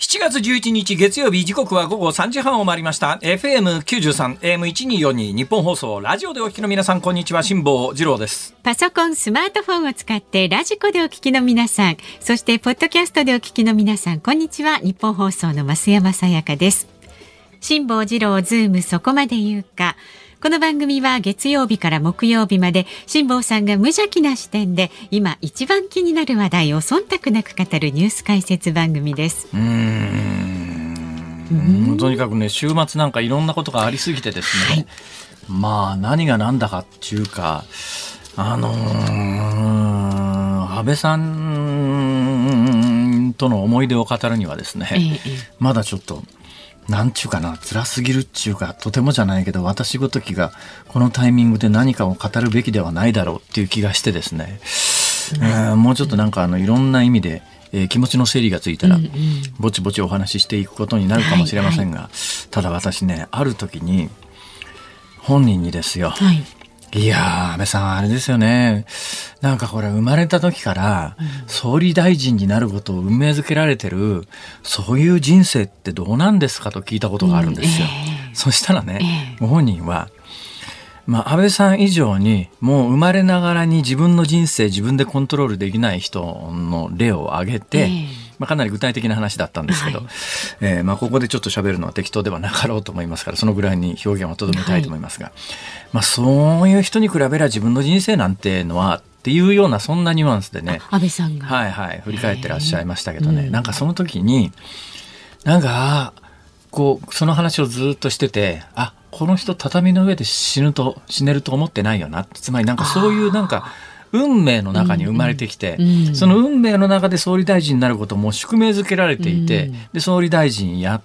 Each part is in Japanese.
7月11日月曜日、時刻は午後3時半を回りました。 FM93 AM1242 日本放送ラジオでお聞きの皆さん、こんにちは。辛坊治郎です。 パソコンスマートフォンを使ってラジコでお聞きの皆さん、そしてポッドキャストでお聞きの皆さん、こんにちは。日本放送の増山さやかです。辛坊治郎ズームそこまで言うか。この番組は月曜日から木曜日まで辛坊さんが無邪気な視点で今一番気になる話題を忖度なく語るニュース解説番組です。 とにかくね、週末なんかいろんなことがありすぎてですね、はい、まあ何が何だかっていうか、安倍さんとの思い出を語るにはですね、まだちょっとなんちゅうかな、辛すぎるっちゅうか、とてもじゃないけど私ごときがこのタイミングで何かを語るべきではないだろうっていう気がしてですね、もうちょっとなんかいろんな意味で、気持ちの整理がついたら、ぼちぼちお話ししていくことになるかもしれませんが、ただ私ね、ある時に本人にですよ、いやー、安倍さんあれですよね、なんかこれ生まれた時から総理大臣になることを運命づけられてる、そういう人生ってどうなんですかと聞いたことがあるんですよ。そしたらね、ご本人は、安倍さん以上にもう生まれながらに自分の人生自分でコントロールできない人の例を挙げて、かなり具体的な話だったんですけど、ここでちょっと喋るのは適当ではなかろうと思いますから、そのぐらいに表現をとどめたいと思いますが、そういう人に比べれば自分の人生なんてのはっていうような、そんなニュアンスでね、 安倍さんが振り返ってらっしゃいましたけどね、なんかその時になんかこうその話をずっとしてて、この人畳の上で死ねると思ってないよな、つまりなんかそういうなんか運命の中に生まれてきて、その運命の中で総理大臣になることも宿命づけられていて、で総理大臣やって、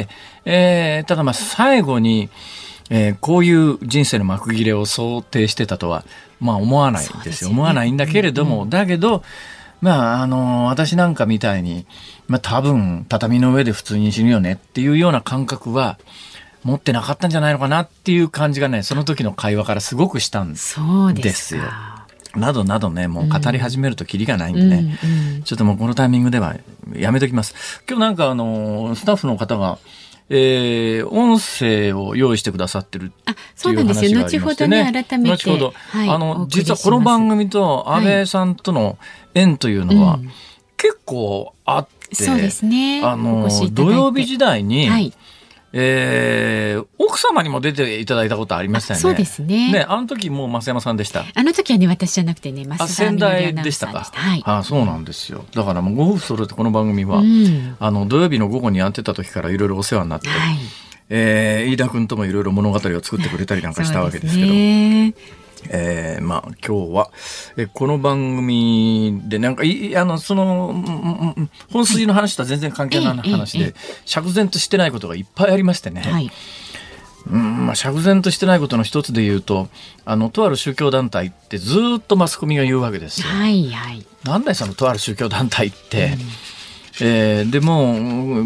ただ最後に、こういう人生の幕切れを想定してたとは思わないんですよ。思わないんだけれども、だけど私なんかみたいに、多分畳の上で普通に死ぬよねっていうような感覚は持ってなかったんじゃないのかなっていう感じがね、その時の会話からすごくしたんですよ。などなどね、もう語り始めるとキリがないんでね、ちょっともうこのタイミングではやめときます。今日なんかスタッフの方が、音声を用意してくださってるっていう話がありましてね。 後ほどね、改めて、 実はこの番組と安倍さんとの縁というのは結構あって、 そうですね、 土曜日時代に、奥様にも出ていただいたことありましたよね。 そうですね。 あの時もう増山さんでした。 あの時はね、私じゃなくてね、増山先代でしたか。そうなんですよ。だからもうご夫婦揃ってこの番組は、土曜日の午後にやってた時からいろいろお世話になって、飯田君ともいろいろ物語を作ってくれたりなんかしたわけですけど。今日はこの番組でなんかその本筋の話とは全然関係ない話で、釈然としてないことがいっぱいありましてね、釈然としてないことの一つで言うと、とある宗教団体ってずっとマスコミが言うわけですよ。なんだよそのとある宗教団体って、でも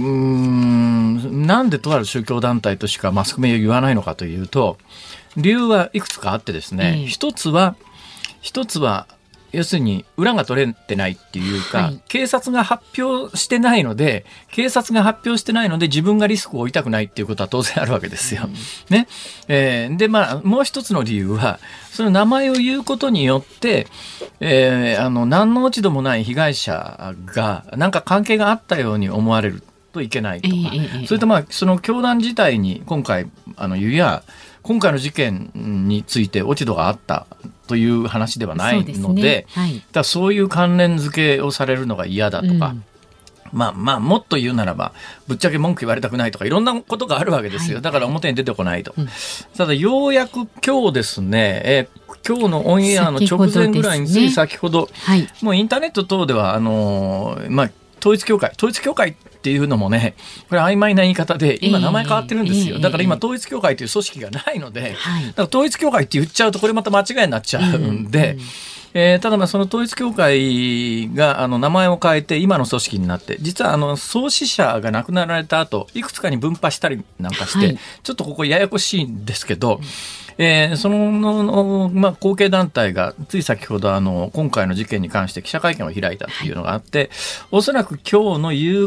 なんでとある宗教団体としかマスコミは言わないのかというと、理由はいくつかあってですね、一つは要するに裏が取れてないっていうか、警察が発表してないので自分がリスクを負いたくないっていうことは当然あるわけですよ。でもう一つの理由は、その名前を言うことによって、何の落ち度もない被害者がなんか関係があったように思われるといけないとか、それとその教団自体に今回今回の事件について落ち度があったという話ではないので、そういう関連付けをされるのが嫌だとか、もっと言うならばぶっちゃけ文句言われたくないとか、いろんなことがあるわけですよ。だから表に出てこないと。ただようやく今日ですね、今日のオンエアの直前ぐらいについ先ほど、もうインターネット等では統一教会っていうのもね、これ曖昧な言い方で今名前変わってるんですよ。だから今統一教会という組織がないので、だから統一教会って言っちゃうとこれまた間違いになっちゃうんで、ただその統一教会が名前を変えて今の組織になって、実は創始者が亡くなられた後いくつかに分派したりなんかして、ちょっとここややこしいんですけど、その後継団体がつい先ほど今回の事件に関して記者会見を開いたというのがあって、おそらく今日の夕方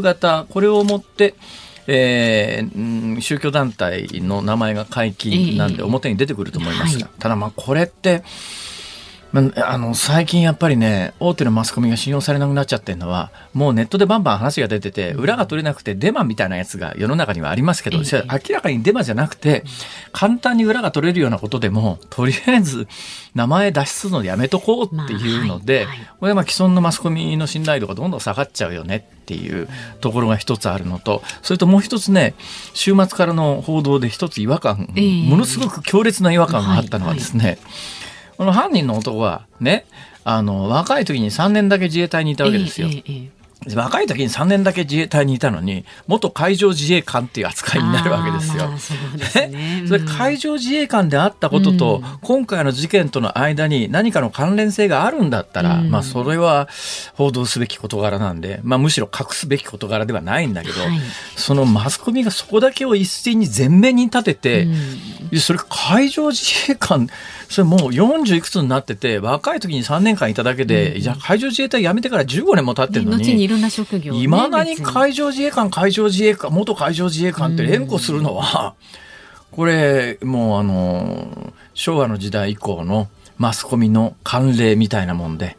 これをもって、宗教団体の名前が解禁なんで表に出てくると思いますが、ただこれって最近やっぱりね、大手のマスコミが信用されなくなっちゃってるのは、もうネットでバンバン話が出てて、裏が取れなくてデマみたいなやつが世の中にはありますけど、明らかにデマじゃなくて簡単に裏が取れるようなことでも、とりあえず名前出しするのやめとこうっていうので、これは既存のマスコミの信頼度がどんどん下がっちゃうよねっていうところが一つあるのと、それともう一つね、週末からの報道で一つ違和感、ものすごく強烈な違和感があったのはですね、この犯人の男はね、若い時に3年だけ自衛隊にいたわけですよ。若い時に3年だけ自衛隊にいたのに、元海上自衛官っていう扱いになるわけですよ。 そうですね。 それ海上自衛官であったことと、今回の事件との間に何かの関連性があるんだったら、それは報道すべき事柄なんで、むしろ隠すべき事柄ではないんだけど、そのマスコミがそこだけを一斉に前面に立てて、それ海上自衛官、それもう40いくつになってて、若い時に3年間いただけで、じゃあ海上自衛隊辞めてから15年も経ってるのに、 後にいろんな職業、 いまだに海上自衛官、元海上自衛官って連呼するのは、これもう昭和の時代以降のマスコミの慣例みたいなもんで、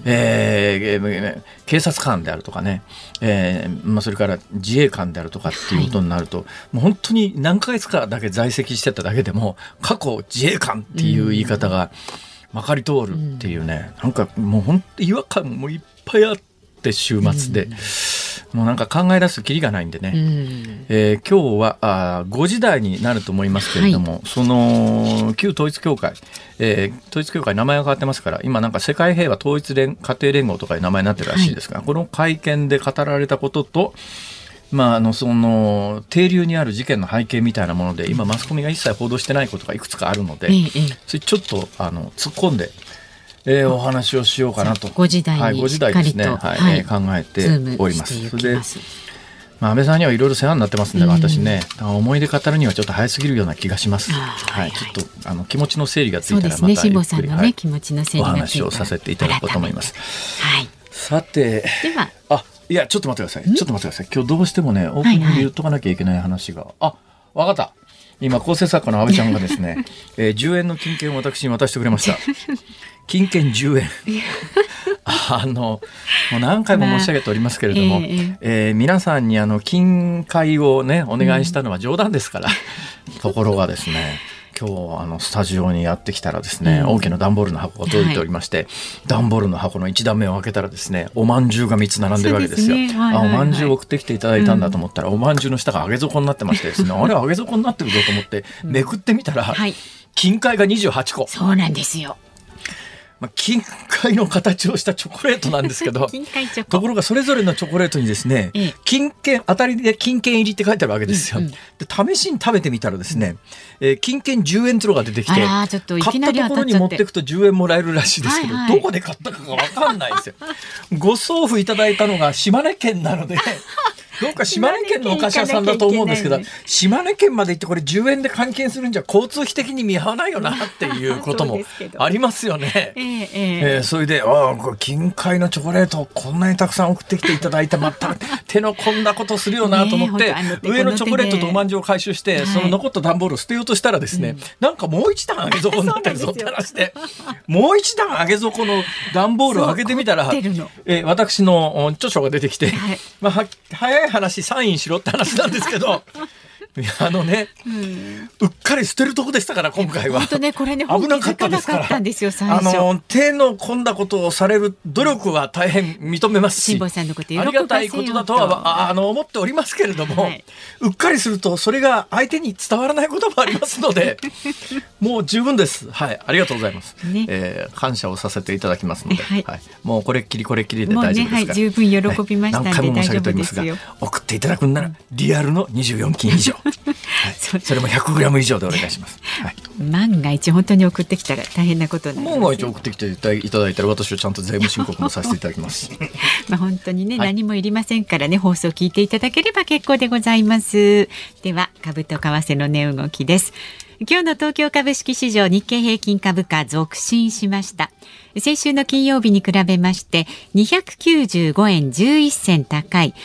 警察官であるとかね、それから自衛官であるとかっていうことになると、もう本当に何ヶ月かだけ在籍してただけでも過去自衛官っていう言い方がまかり通るっていうね、なんかもう本当違和感もいっぱいあって週末で、もうなんか考え出すとキリがないんでね、今日は5時台になると思いますけれども、その旧統一教会、統一教会名前が変わってますから、今なんか世界平和統一家庭連合とかいう名前になってるらしいですが、この会見で語られたことと、その底流にある事件の背景みたいなもので、今マスコミが一切報道してないことがいくつかあるので、それちょっと突っ込んでお話をしようかなと。 5時台にしっかりと、 考えております。それで、安倍さんにはいろいろ世話になってますんで、私ね、思い出語るにはちょっと早すぎるような気がします。ちょっと気持ちの整理がついたらまたゆっくり、辛坊さんのね、気持ちの整理がついたらお話をさせていただこうと思います。さて、ではいやちょっと待ってください。今日どうしてもね、オープニングで言っとかなきゃいけない話が、わかった。今構成作家の安倍ちゃんがですね、10円の金券を私に渡してくれました。金券10円もう何回も申し上げておりますけれども、皆さんに金塊をねお願いしたのは冗談ですから、ところがですね、今日スタジオにやってきたらですね、大きな段ボールの箱が届いておりまして、段ボールの箱の1段目を開けたらですね、おまんじゅうが3つ並んでるわけですよ。おまんじゅうを送ってきていただいたんだと思ったら、おまんじゅうの下が上げ底になってましてですね、あれ上げ底になってるぞと思ってめくってみたら、金塊が28個。 そうなんですよ。 金塊の形をしたチョコレートなんですけど、ところがそれぞれのチョコレートにですね、金券当たりで金券入りって書いてあるわけですよ。で試しに食べてみたらですね、金券10円っていうのが出てきて、買ったところに持っていくと10円もらえるらしいですけど、どこで買ったかが分かんないんですよ。ご送付いただいたのが島根県なのでどうか島根県のお菓子屋さんだと思うんですけど、島根県まで行ってこれ10円で換金するんじゃ交通費的に見合わないよなっていうこともありますよね。それでこれ金塊のチョコレートをこんなにたくさん送ってきていただいて、また手の込んだことするよなと思って、上のチョコレートとおまんじゅうを回収して、その残った段ボールを捨てようとしたらですね、なんかもう一段上げ底になってるぞって話で、もう一段上げ底の段ボールを開けてみたら、私の著書が出てきて、早い話サインしろって話なんですけどうっかり捨てるとこでしたから、今回は本当ね、これね、危なかったですから、手の込んだことをされる努力は大変認めますし、 辛坊さんのことありがたいことだとは思っておりますけれども、うっかりするとそれが相手に伝わらないこともありますのでもう十分です。ありがとうございます、感謝をさせていただきますので、もうこれっきりで大丈夫ですから、 十分喜びましたんで、 何回も申し上げておりますが、送っていただくんならリアルの24金以上それも 100g 以上でお願いします。 万が一本当に送ってきたら大変なことになります。 万が一送ってきていただいたら、私はちゃんと税務申告もさせていただきます本当にね、何もいりませんからね、放送聞いていただければ結構でございます。では株と為替の値動きです。 今日の東京株式市場日経平均株価続伸しました。先週の金曜日に比べまして295円11銭高い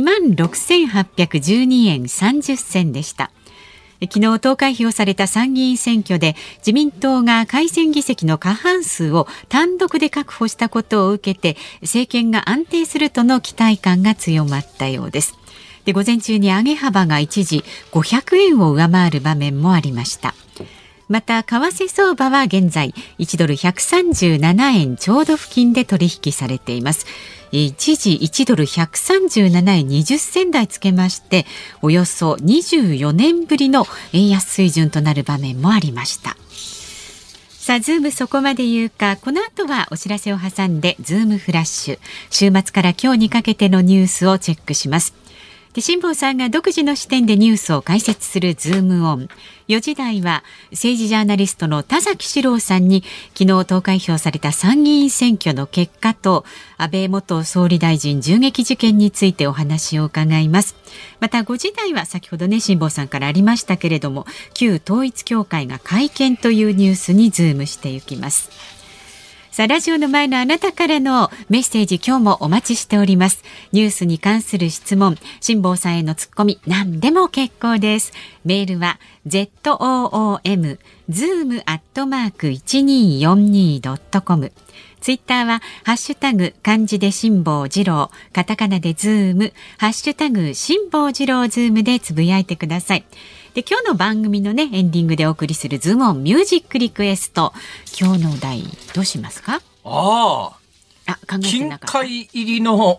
26,812 円30銭でした。昨日投開票された参議院選挙で自民党が改選議席の過半数を単独で確保したことを受けて政権が安定するとの期待感が強まったようです。で、午前中に上げ幅が一時500円を上回る場面もありました。また為替相場は現在1ドル137円ちょうど付近で取引されています。一時1ドル137円20銭台つけまして、およそ24年ぶりの円安水準となる場面もありました。さあ、ズームそこまで言うか、この後はお知らせを挟んでズームフラッシュ、週末から今日にかけてのニュースをチェックします。で、辛坊さんが独自の視点でニュースを解説するズームオン。4時台は政治ジャーナリストの田崎史郎さんに昨日投開票された参議院選挙の結果と安倍元総理大臣銃撃事件についてお話を伺います。また5時台は先ほどね、辛坊さんからありましたけれども、旧統一教会が会見というニュースにズームしていきます。さあ、ラジオの前のあなたからのメッセージ、今日もお待ちしております。ニュースに関する質問、辛坊さんへのツッコミ、何でも結構です。メールは zoom@1242.com、 ツイッターはハッシュタグ漢字で辛坊治郎、カタカナでズーム、ハッシュタグ辛坊治郎ズームでつぶやいてください。で、今日の番組のね、エンディングでお送りするズームオンミュージックリクエスト、今日のお題どうしますか？ 考えてなかった。 金塊の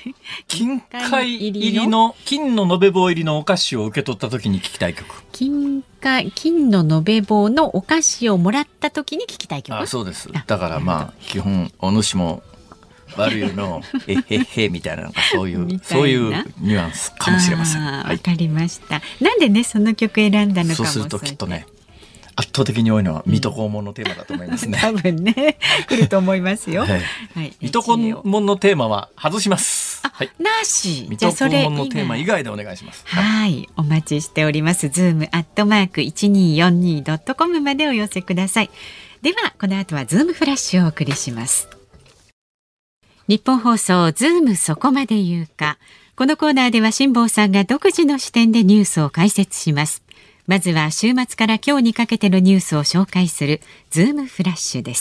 金の延べ棒入りのお菓子を受け取った時に聞きたい曲。金の延べ棒のお菓子をもらった時に聞きたい曲。 そうです。だから基本お主も悪いのへみたいな、そういうニュアンスかもしれません。 わかりました。なんでね、その曲選んだのかも。 そうするときっとね、圧倒的に多いのは水戸黄門のテーマだと思いますね。 多分ね、来ると思いますよ。 水戸黄門のテーマは外します。 なし。 水戸黄門のテーマ以外でお願いします。 はい、お待ちしております。zoom@1242.com までお寄せください。では、この後はズームフラッシュをお送りします。日本放送ズームそこまで言うか。このコーナーでは辛坊さんが独自の視点でニュースを解説します。まずは週末から今日にかけてのニュースを紹介するズームフラッシュです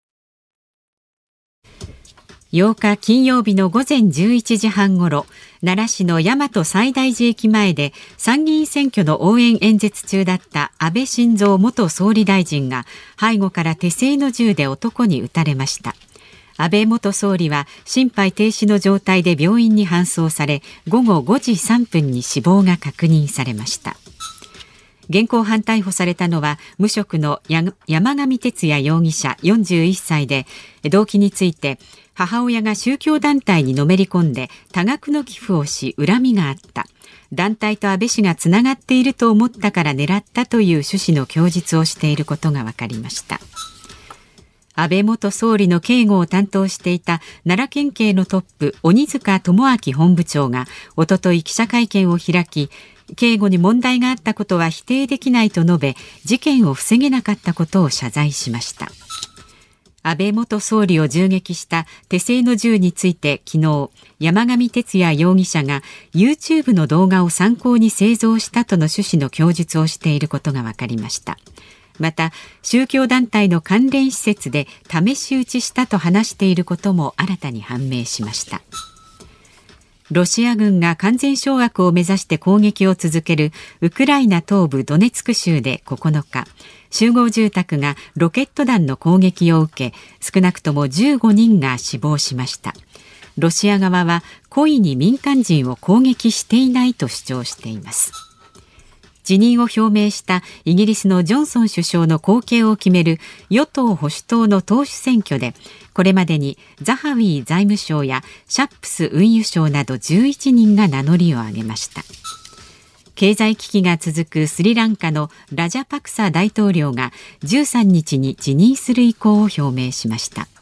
。8日金曜日の午前11時半ごろ、奈良市の大和西大寺駅前で参議院選挙の応援演説中だった安倍晋三元総理大臣が背後から手製の銃で男に撃たれました。安倍元総理は心肺停止の状態で病院に搬送され、午後5時3分に死亡が確認されました。現行犯逮捕されたのは無職の山上徹也容疑者41歳で、動機について母親が宗教団体にのめり込んで多額の寄付をし恨みがあった、団体と安倍氏がつながっていると思ったから狙ったという趣旨の供述をしていることが分かりました。安倍元総理の警護を担当していた奈良県警のトップ鬼塚智明本部長がおととい記者会見を開き、警護に問題があったことは否定できないと述べ、事件を防げなかったことを謝罪しました。安倍元総理を銃撃した手製の銃について昨日、山上徹也容疑者が YouTube の動画を参考に製造したとの趣旨の供述をしていることが分かりました。また、宗教団体の関連施設で試し撃ちしたと話していることも新たに判明しました。ロシア軍が完全掌握を目指して攻撃を続けるウクライナ東部ドネツク州で9日、集合住宅がロケット弾の攻撃を受け、少なくとも15人が死亡しました。ロシア側は故意に民間人を攻撃していないと主張しています。辞任を表明したイギリスのジョンソン首相の後継を決める与党保守党の党首選挙で、これまでにザハウィ財務相やシャップス運輸相など11人が名乗りを上げました。経済危機が続くスリランカのラジャパクサ大統領が13日に辞任する意向を表明しました。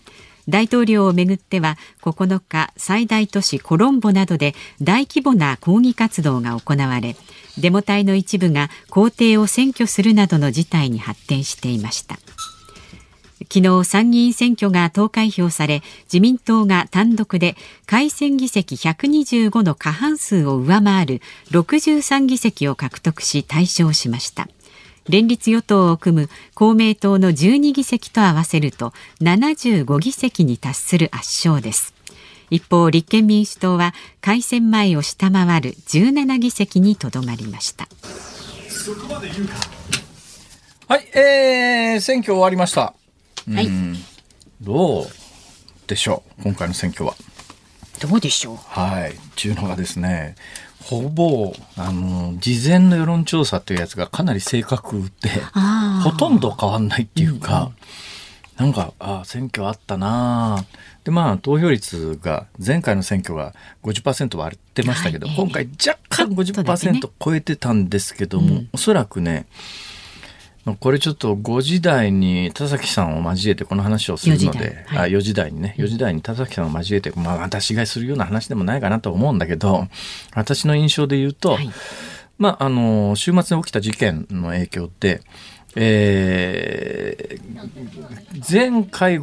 大統領をめぐっては9日、最大都市コロンボなどで大規模な抗議活動が行われ、デモ隊の一部が公邸を占拠するなどの事態に発展していました。昨日参議院選挙が投開票され、自民党が単独で改選議席125の過半数を上回る63議席を獲得し大勝しました。連立与党を組む公明党の12議席と合わせると75議席に達する圧勝です。一方、立憲民主党は改選前を下回る17議席にとどまりました。 そこまで言うか。はい、選挙終わりました。 はい、 どうでしょう、今回の選挙は。 どうでしょう。 はい、っていうのがですね、ほぼ事前の世論調査というやつがかなり正確で、ほとんど変わんないっていうか、なんか選挙あったなで、投票率が前回の選挙が 50% 割ってましたけど、今回若干 50% 超えてたんですけども、おそらくね、これちょっと5時台に田崎さんを交えてこの話をするので、4時台にね、4時台に田崎さんを交えて、私がするような話でもないかなと思うんだけど、私の印象で言うと、週末に起きた事件の影響で、前回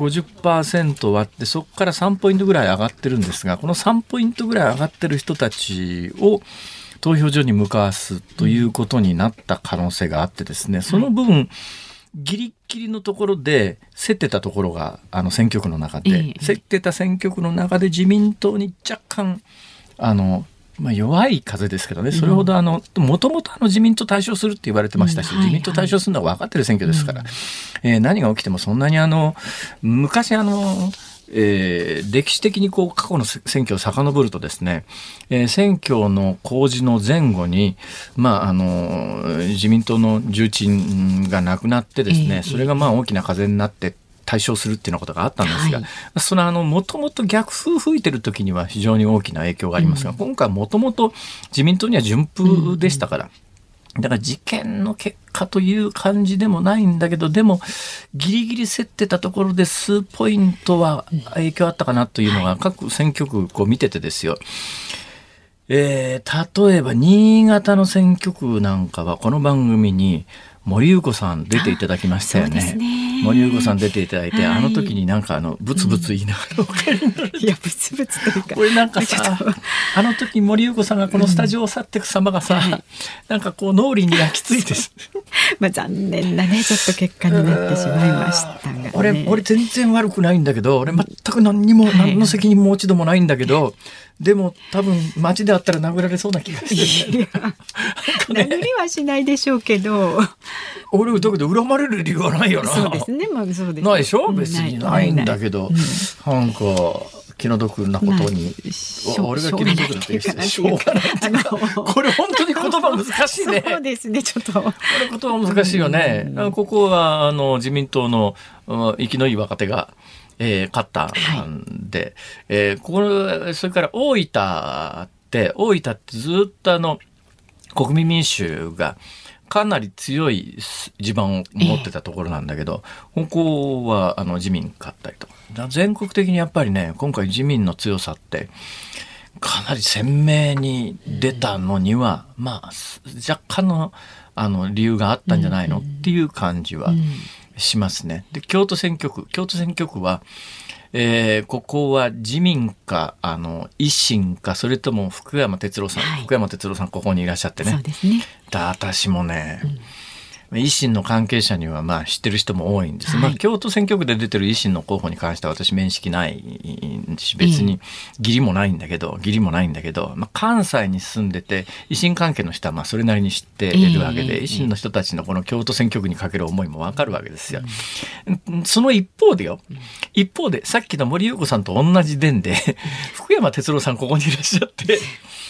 50% 割ってそこから3ポイントぐらい上がってるんですが、この3ポイントぐらい上がってる人たちを投票所に向かわすということになった可能性があってですね、その分ギリギリのところで競ってたところが選挙区の中で、競ってた選挙区の中で自民党に若干弱い風ですけどね、それほどもともと自民党対象するって言われてましたし、自民党対象するのは分かってる選挙ですから、何が起きてもそんなに昔歴史的に過去の選挙を遡るとですね、選挙の公示の前後に、自民党の重鎮が亡くなってですね、それが大きな風になって対象するっていうようなことがあったんですが、そのもともと逆風吹いてる時には非常に大きな影響がありますが、今回もともと自民党には順風でしたから、だから事件の結果という感じでもないんだけど、でもギリギリ競ってたところで数ポイントは影響あったかなというのが各選挙区見ててですよ。例えば新潟の選挙区なんかはこの番組に森裕子さん出ていただきましたよね。森裕子さん出ていただいて、あの時にブツブツ言いながらお帰りになる。 いや、ブツブツというか、 これなんかさ、あの時森裕子さんがこのスタジオを去っていく様がさ、なんか脳裏に焼き付いて残念なね、ちょっと結果になってしまいましたが、ね、 俺全然悪くないんだけど、俺全く何の責任も落ち度もないんだけど、でも多分街であったら殴られそうな気がしてる。 殴りはしないでしょうけど、 俺だけど恨まれる理由はないよな。 そうですね、そうですね。 ないでしょ、別にないんだけど、なんか気の毒なことに、俺が気の毒なってしょうがないっていうか、これ本当に言葉難しいね。 そうですね、ちょっとこれ言葉難しいよね。ここは自民党の生きのいい若手が勝ったんで、それから大分ってずっと国民民主がかなり強い地盤を持ってたところなんだけど、ここは自民勝ったりとか、全国的にやっぱりね、今回自民の強さってかなり鮮明に出たのには、若干の理由があったんじゃないのっていう感じはしますね。で、京都選挙区は、ここは自民か維新か、それとも福山哲郎さんここにいらっしゃってね。 そうですね。 私もね、維新の関係者には知ってる人も多いんです、京都選挙区で出てる維新の候補に関しては私面識ないし、別に義理もないんだけど、関西に住んでて維新関係の人はそれなりに知っているわけで、維新の人たちのこの京都選挙区にかける思いもわかるわけですよ。その一方でさっきの森裕子さんと同じ伝で福山哲郎さんここにいらっしゃって、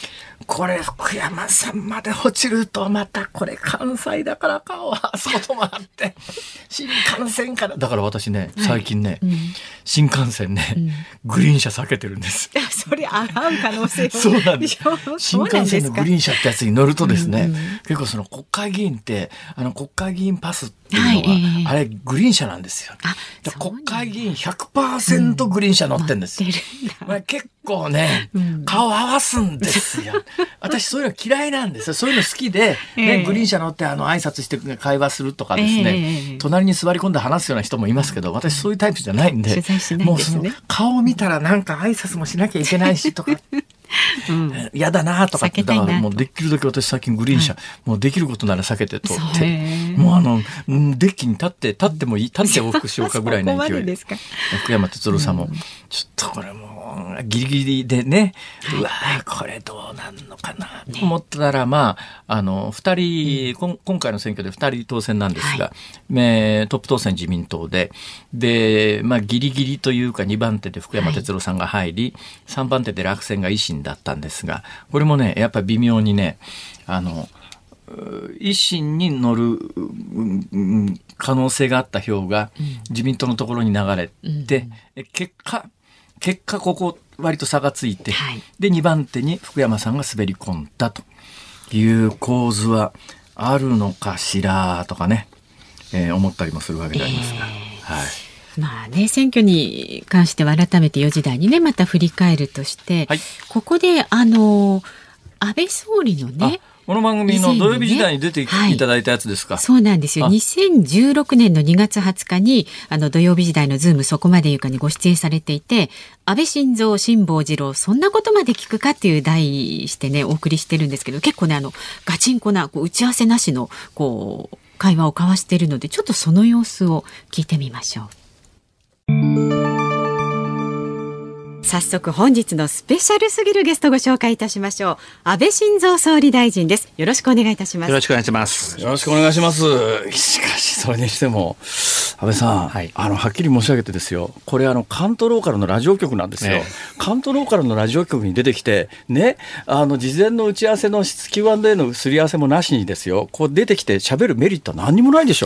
これ福山さんまで落ちるとまたこれ関西だから顔を合わすこともあって新幹線からだから私ね最近ね、新幹線ね、グリーン車避けてるんです。 それ合う可能性そうなんです。新幹線のグリーン車ってやつに乗るとですね、結構その国会議員って国会議員パスっていうのは、あれグリーン車なんですよ。国会議員 100% グリーン車乗ってるんです。結構ね、顔合わすんですよ。私そういうの嫌いなんですよ。そういうの好きで、ね、グリーン車乗って挨拶して会話するとかですね、隣に座り込んで話すような人もいますけど、私そういうタイプじゃないんで、もうその顔を見たらなんか挨拶もしなきゃいけないしとか嫌だなとかって、だからもうできるだけ私最近グリーン車、もうできることなら避けて通って、もうデッキに立ってもいい、立って往復しようかぐらいの勢いで福山哲郎さんも、ちょっとこれもうギリギリでね、うわこれどうなんのかなと思ったら、まあ2人、今回の選挙で2人当選なんですが、トップ当選自民党で、まあギリギリというか2番手で福山哲郎さんが入り、3番手で落選が維新だったんですが、これもねやっぱり微妙にね維新に乗る可能性があった票が自民党のところに流れて、結果ここ割と差がついて、で2番手に福山さんが滑り込んだという構図はあるのかしらとかね、思ったりもするわけでありますが、 まあね、選挙に関しては改めて4時台にねまた振り返るとして、ここで安倍総理のね、 この番組の土曜日時代に出ていただいたやつですか。 そうなんですよ。2016年の2月20日に土曜日時代のズームそこまで言うかにご出演されていて、安倍晋三辛坊治郎そんなことまで聞くかっていう題してねお送りしてるんですけど、結構ねガチンコな打ち合わせなしの会話を交わしているので、ちょっとその様子を聞いてみましょう。早速本日のスペシャルすぎるゲストをご紹介いたしましょう。安倍晋三総理大臣です。よろしくお願いいたします。 よろしくお願いします。 よろしくお願いします。しかしそれにしても安倍さん、はっきり申し上げてですよ、これ関東ローカルのラジオ局なんですよ、関東ローカルのラジオ局に出てきてね、事前の打ち合わせのQ&A のすり合わせもなしにですよ、こう出てきて喋るメリットは何にもないでしょ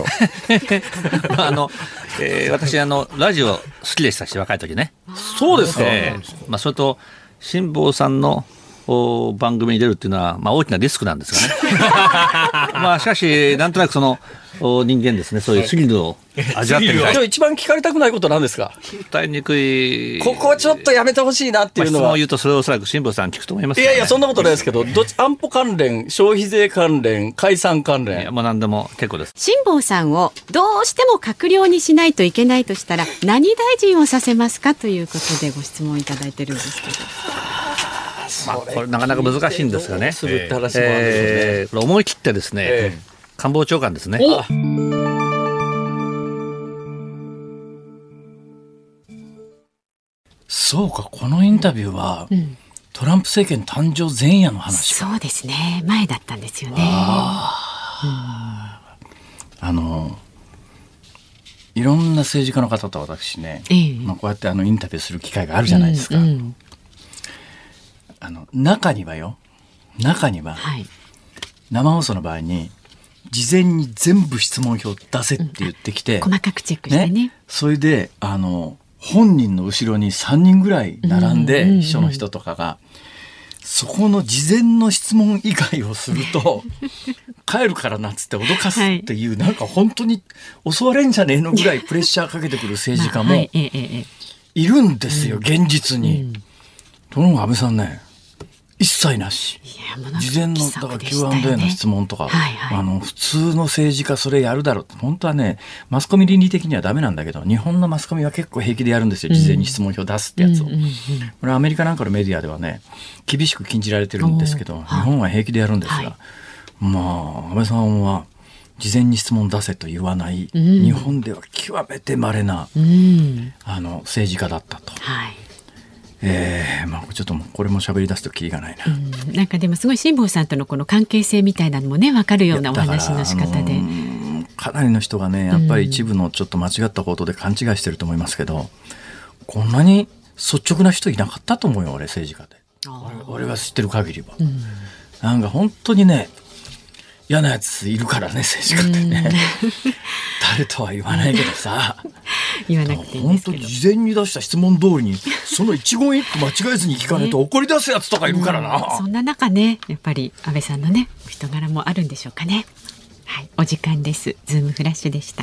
私ラジオ好きでしたし、若い時ね。 そうですか。 それと辛坊さんの番組に出るっていうのは、大きなリスクなんですがねしかしなんとなくその人間ですね、そういうスリルを味わってみたい。 じゃあ一番聞かれたくないことなんですか。 伝えにくい、 ここちょっとやめてほしいなっていうのは、 質問を言うとそれをおそらく辛坊さん聞くと思います、ね。 いやそんなことないですけど、安保関連、消費税関連、解散関連、 もう何でも結構です。 辛坊さんをどうしても閣僚にしないといけないとしたら何大臣をさせますかということでご質問いただいてるんですけど、 これなかなか難しいんですがね、 これ思い切ってですね、官房長官ですね。 そうか、このインタビューは、トランプ政権誕生前夜の話か。 そうですね、前だったんですよね。 いろんな政治家の方と私ね、こうやってインタビューする機会があるじゃないですか。中には生放送の場合に事前に全部質問票出せって言ってきて、 細かくチェックしてね。 それで本人の後ろに3人ぐらい並んで、秘書の人とかがそこの事前の質問以外をすると帰るからなっつって脅かすっていう、なんか本当に襲われんじゃねえのぐらいプレッシャーかけてくる政治家もいるんですよ、現実に。ところが安倍さんね、一切なし。事前のだから Q&A の質問とか、普通の政治家それやるだろうって。本当はね、マスコミ倫理的にはダメなんだけど、日本のマスコミは結構平気でやるんですよ、事前に質問票出すってやつを。これアメリカなんかのメディアではね、厳しく禁じられてるんですけど、日本は平気でやるんですが、安倍さんは事前に質問出せと言わない、日本では極めて稀な、政治家だったと。ちょっとこれも喋り出すとキリがないな。 なんかでもすごい辛坊さんとのこの関係性みたいなのもね、分かるようなお話の仕方で、 かなりの人がね、やっぱり一部のちょっと間違ったことで勘違いしてると思いますけど、こんなに率直な人いなかったと思うよ、俺、政治家で。 俺が知ってる限りは、なんか本当にね嫌なやついるからね、政治家ってね。誰とは言わないけどさ言わなくていいんですけど、 本当に事前に出した質問通りにその一言一句間違えずに聞かないと怒り出すやつとかいるからな、 そんな中ね、やっぱり安倍さんのね人柄もあるんでしょうかね。はい、お時間です。ズームフラッシュでした。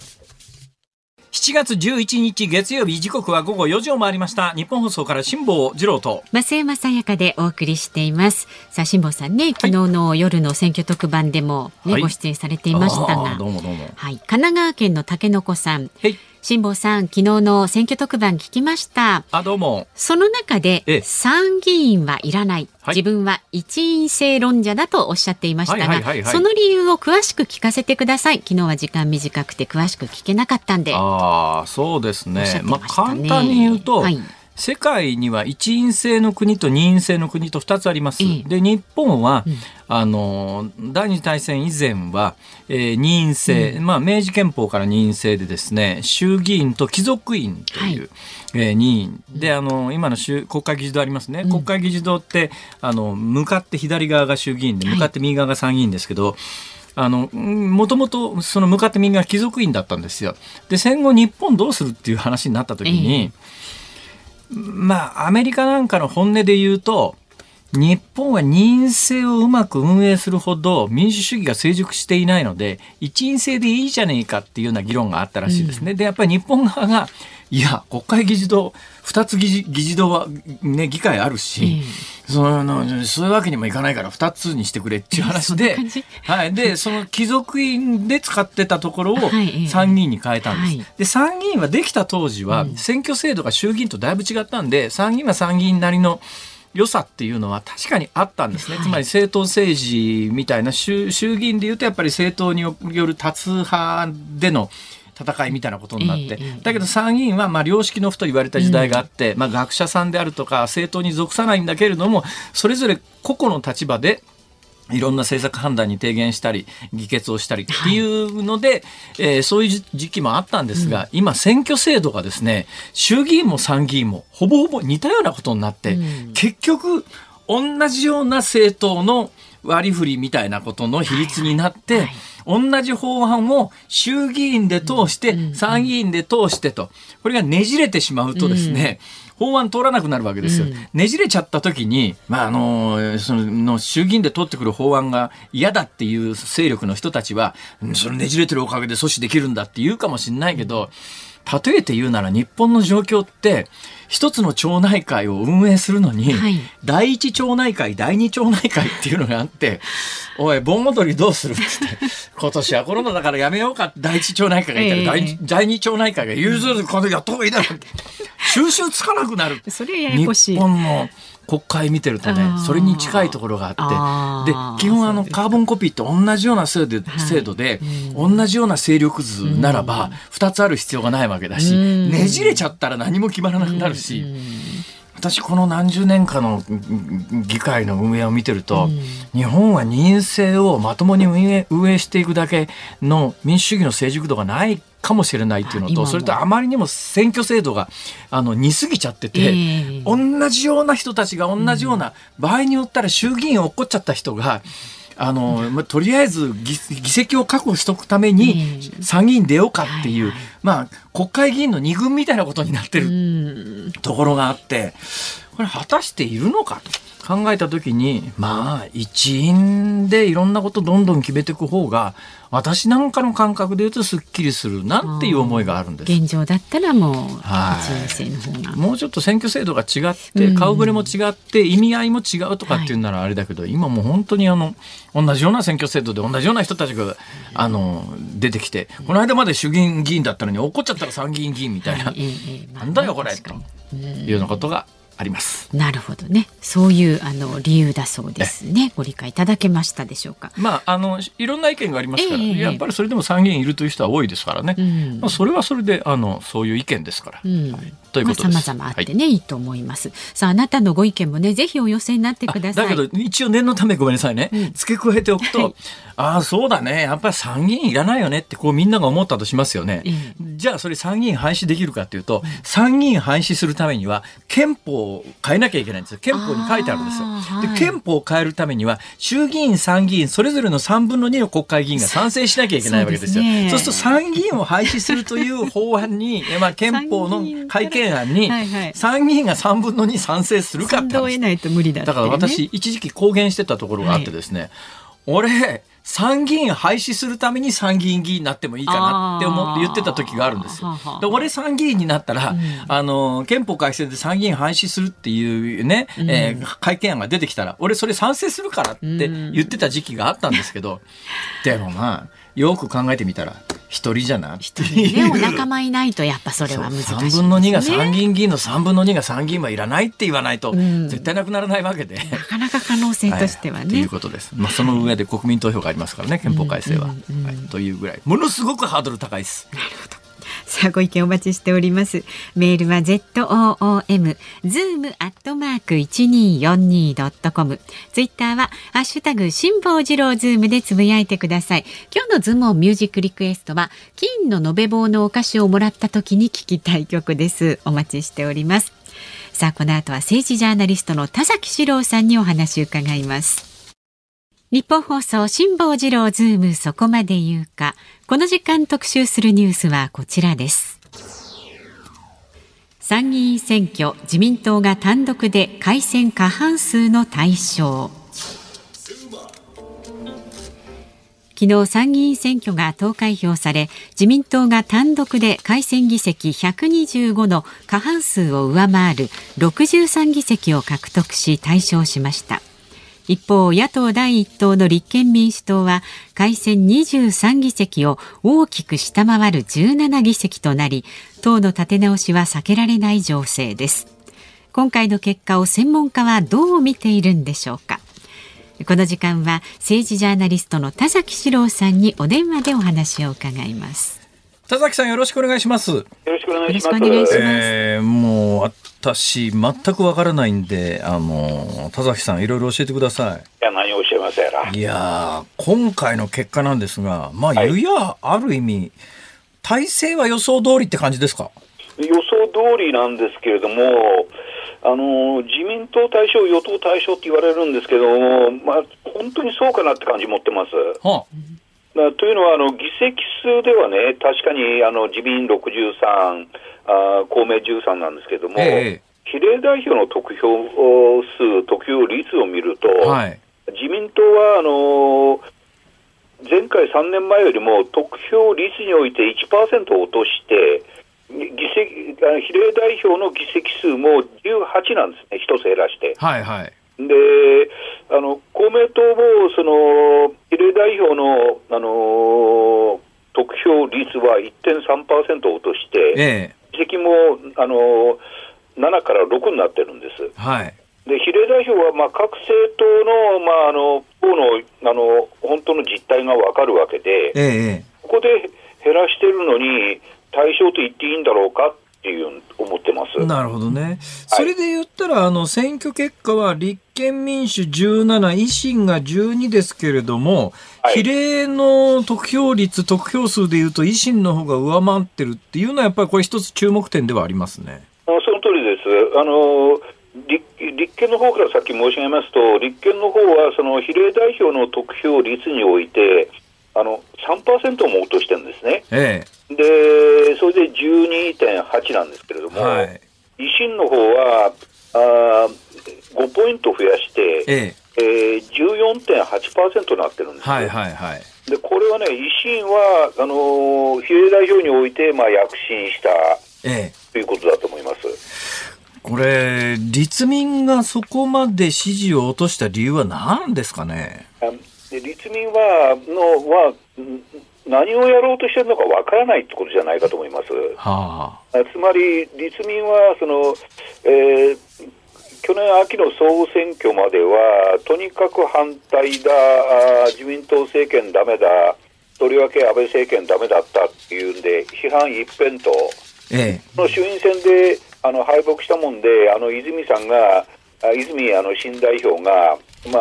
7月11日月曜日、時刻は午後4時を回りました。日本放送から辛坊治郎と増山さやかでお送りしています。さあ辛坊さんね、昨日の夜の選挙特番でも、ね、 はい、 ご出演されていましたが、 どうもどうも、 はい、神奈川県の竹の子さん、 はい、 辛坊さん、昨日の選挙特番聞きました。 どうも。 その中で参議院はいらない、はい、自分は一員制論者だとおっしゃっていましたが、その理由を詳しく聞かせてください。昨日は時間短くて詳しく聞けなかったんで。 そうですね。簡単に言うと、はい、世界には一員制の国と二員制の国と2つあります。で、日本は、第二次大戦以前は、二員制、明治憲法から二員制でですね、衆議院と貴族院という、二院で、今の国会議事堂ありますね。国会議事堂って向かって左側が衆議院で向かって右側が参議院ですけど、もともとその向かって右が貴族院だったんですよ。で、戦後日本どうするっていう話になった時に、アメリカなんかの本音で言うと、日本は二院制をうまく運営するほど民主主義が成熟していないので、一員制でいいじゃねえかっていうような議論があったらしいですね。で、やっぱり日本側が、いや、国会議事堂、2つ議事堂は、ね、議会あるし、そういうわけにもいかないから2つにしてくれっていう話で、はい、で、その貴族院で使ってたところを参議院に変えたんです。で、参議院はできた当時は選挙制度が衆議院とだいぶ違ったんで、参議院は参議院なりの良さっていうのは確かにあったんですね。つまり政党政治みたいな衆議院でいうとやっぱり政党による多数派での戦いみたいなことになって、だけど参議院は良識の府と言われた時代があって、学者さんであるとか政党に属さないんだけれども、それぞれ個々の立場でいろんな政策判断に提言したり議決をしたりっていうので、そういう時期もあったんですが、今選挙制度がですね、衆議院も参議院もほぼほぼ似たようなことになって、結局同じような政党の割り振りみたいなことの比率になって、同じ法案を衆議院で通して参議院で通してと、これがねじれてしまうとですね、法案通らなくなるわけですよ。ねじれちゃった時に、その衆議院で通ってくる法案が嫌だっていう勢力の人たちは、そのねじれてるおかげで阻止できるんだって言うかもしれないけど、例えて言うなら日本の状況って一つの町内会を運営するのに、第一町内会第二町内会っていうのがあって、おい盆踊りどうするって言って今年はコロナだからやめようかって第一町内会がいたら、第二町内会が融通これやった方がいいだろうって収集つかなくなる。 それややこしい。 日本の国会見てるとね、それに近いところがあって、で基本カーボンコピーって同じような制度で、同じような勢力図ならば2つある必要がないわけだし、ねじれちゃったら何も決まらなくなるし、私この何十年かの議会の運営を見てると、日本は二院制をまともに運営していくだけの民主主義の成熟度がないかもしれないっていうのと、それとあまりにも選挙制度が似すぎちゃってて、同じような人たちが同じような、場合によったら衆議院を落っこっちゃった人がとりあえず議席を確保しておくために参議院出ようかっていう、国会議員の二軍みたいなことになってるところがあって、これ果たしているのかと考えたときに、一員でいろんなことどんどん決めていく方が私なんかの感覚で言うとすっきりするなっていう思いがあるんです。 現状だったらもう一員制の方が、 もうちょっと選挙制度が違って、顔ぶれも違って意味合いも違うとかっていうならあれだけど、今もう本当に同じような選挙制度で同じような人たちが出てきて、この間まで衆議院議員だったのに怒っちゃったら参議院議員みたいな、なんだよこれというようなことがあります。 なるほどね。そういう理由だそうですね。ご理解いただけましたでしょうか。 いろんな意見がありますから、やっぱりそれでも参議院いるという人は多いですからね。それはそれでそういう意見ですから、 ということです。 様々あってね、いいと思います。さあ、あなたのご意見もね、ぜひお寄せになってください。 だけど一応念のためごめんなさいね、付け加えておくと、そうだね、やっぱり参議院いらないよねってこうみんなが思ったとしますよね。じゃあそれ参議院廃止できるかというと、参議院廃止するためには憲法を変えなきゃいけないんですよ。憲法に書いてあるんですよ。で、憲法を変えるためには衆議院参議院それぞれの3分の2の国会議員が賛成しなきゃいけないわけですよ。そうすると参議院を廃止するという法案に憲法の改憲案に参議院が3分の2賛成するかって話。 得ないと無理だって、ね、 だから私一時期公言してたところがあってですね、俺参議院廃止するために参議院議員になってもいいかなって思って言ってた時があるんですよ。で、俺参議院になったら、憲法改正で参議院廃止するっていうね、改憲案が出てきたら俺それ賛成するからって言ってた時期があったんですけど、でもよく考えてみたら一人じゃな一人ね、お仲間いないとやっぱそれは難しいですね。 3分の2が参議院議員の3分の2が参議院はいらないって言わないと絶対なくならないわけで、 なかなか可能性としてはね、 ということです。その上で国民投票がありますからね、憲法改正は、というぐらいものすごくハードル高いです。 なるほど。さあ、ご意見お待ちしております。メールは zoom@1242.com、 ツイッターはハッシュタグ辛坊治郎ズームでつぶやいてください。今日のズームミュージックリクエストは金の延べ棒のお菓子をもらった時に聴きたい曲です。お待ちしております。さあ、この後は政治ジャーナリストの田崎史郎さんにお話を伺います。日本放送辛坊治郎ズームそこまで言うか。この時間特集するニュースはこちらです。参議院選挙、自民党が単独で改選過半数の対象。昨日参議院選挙が投開票され、自民党が単独で改選議席125の過半数を上回る63議席を獲得し大勝しました。一方、野党第一党の立憲民主党は改選23議席を大きく下回る17議席となり、党の立て直しは避けられない情勢です。今回の結果を専門家はどう見ているんでしょうか。この時間は政治ジャーナリストの田崎史郎さんにお電話でお話を伺います。 田崎さん、よろしくお願いします。 よろしくお願いします。 もう私全くわからないんで、田崎さんいろいろ教えてください。 いや、何を教えませんやら。 いや、今回の結果なんですが、いやある意味体制は予想通りって感じですか。 予想通りなんですけれども、自民党対象、与党対象って言われるんですけども、本当にそうかなって感じ持ってます。というのは議席数ではね、確かに自民63、公明13なんですけども、比例代表の得票数、得票率を見ると、自民党は前回3年前よりも得票率において 1% 落として、比例代表の議席数も18なんですね、1つ減らして。で、公明党も比例代表の、得票率は 1.3% 落として、議席も7から6になってるんです。で、比例代表は各政党の、党の、本当の実態が分かるわけで、ここで減らしてるのに対象と言っていいんだろうかって思ってます。 なるほどね。それで言ったら、選挙結果は立憲民主17、維新が12ですけれども、比例の得票率、得票数でいうと維新の方が上回ってるっていうのはやっぱりこれ一つ注目点ではありますね。 その通りです。立憲の方からさっき申し上げますと、立憲の方はその比例代表の得票率において3% も落としてるんですね。で、それで 12.8 なんですけれども、維新の方は5ポイント増やして、14.8% になってるんですよ。で、これはね、維新は比例代表において躍進した、ということだと思います。 これ、立民がそこまで支持を落とした理由は何ですかね。 立民は何をやろうとしてるのかわからないってことじゃないかと思います。つまり立民は去年秋の総選挙まではとにかく反対だ、自民党政権ダメだ、とりわけ安倍政権ダメだったっていうんで批判一辺倒、その衆院選で敗北したもんで、泉新代表が、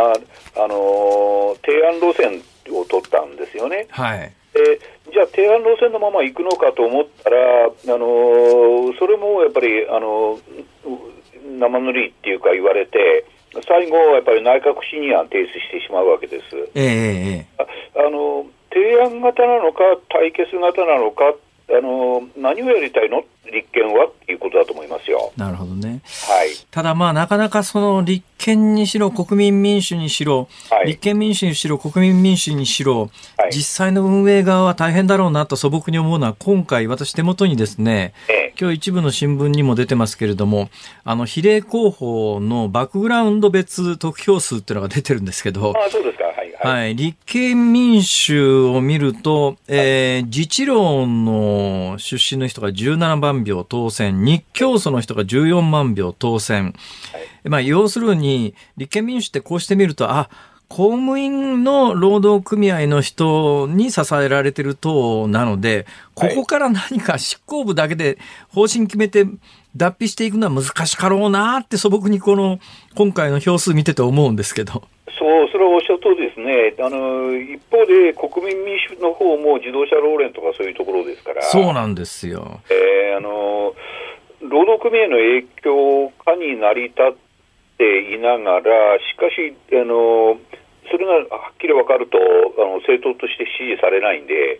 提案路線を取ったんですよね。 はい。 じゃあ提案路線のまま行くのかと思ったら、それもやっぱり生塗りっていうか言われて、最後やっぱり内閣不信任案提出してしまうわけです。提案型なのか対決型なのか、何をやりたいの立憲はっていうことだと思いますよ。 なるほどね。 はい。 ただなかなかその立憲にしろ国民民主にしろ、 はい、 立憲民主にしろ国民民主にしろ、 はい、 実際の運営側は大変だろうなと素朴に思うのは、今回私手元にですね、今日一部の新聞にも出てますけれども、比例候補のバックグラウンド別得票数っていうのが出てるんですけど、 そうですか。はい、 立憲民主を見ると、自治労の出身の人が17万票当選、日教組の人が14万票当選、要するに立憲民主ってこうしてみると、公務員の労働組合の人に支えられてる党なので、ここから何か執行部だけで方針決めて脱皮していくのは難しかろうなって素朴に今回の票数見てて思うんですけど。 そう、それはおっしゃる通りですね。一方で国民民主の方も自動車労連とかそういうところですから。 そうなんですよ。 労働組合の影響下に成り立っていながら、しかしそれがはっきり分かると政党として支持されないんで、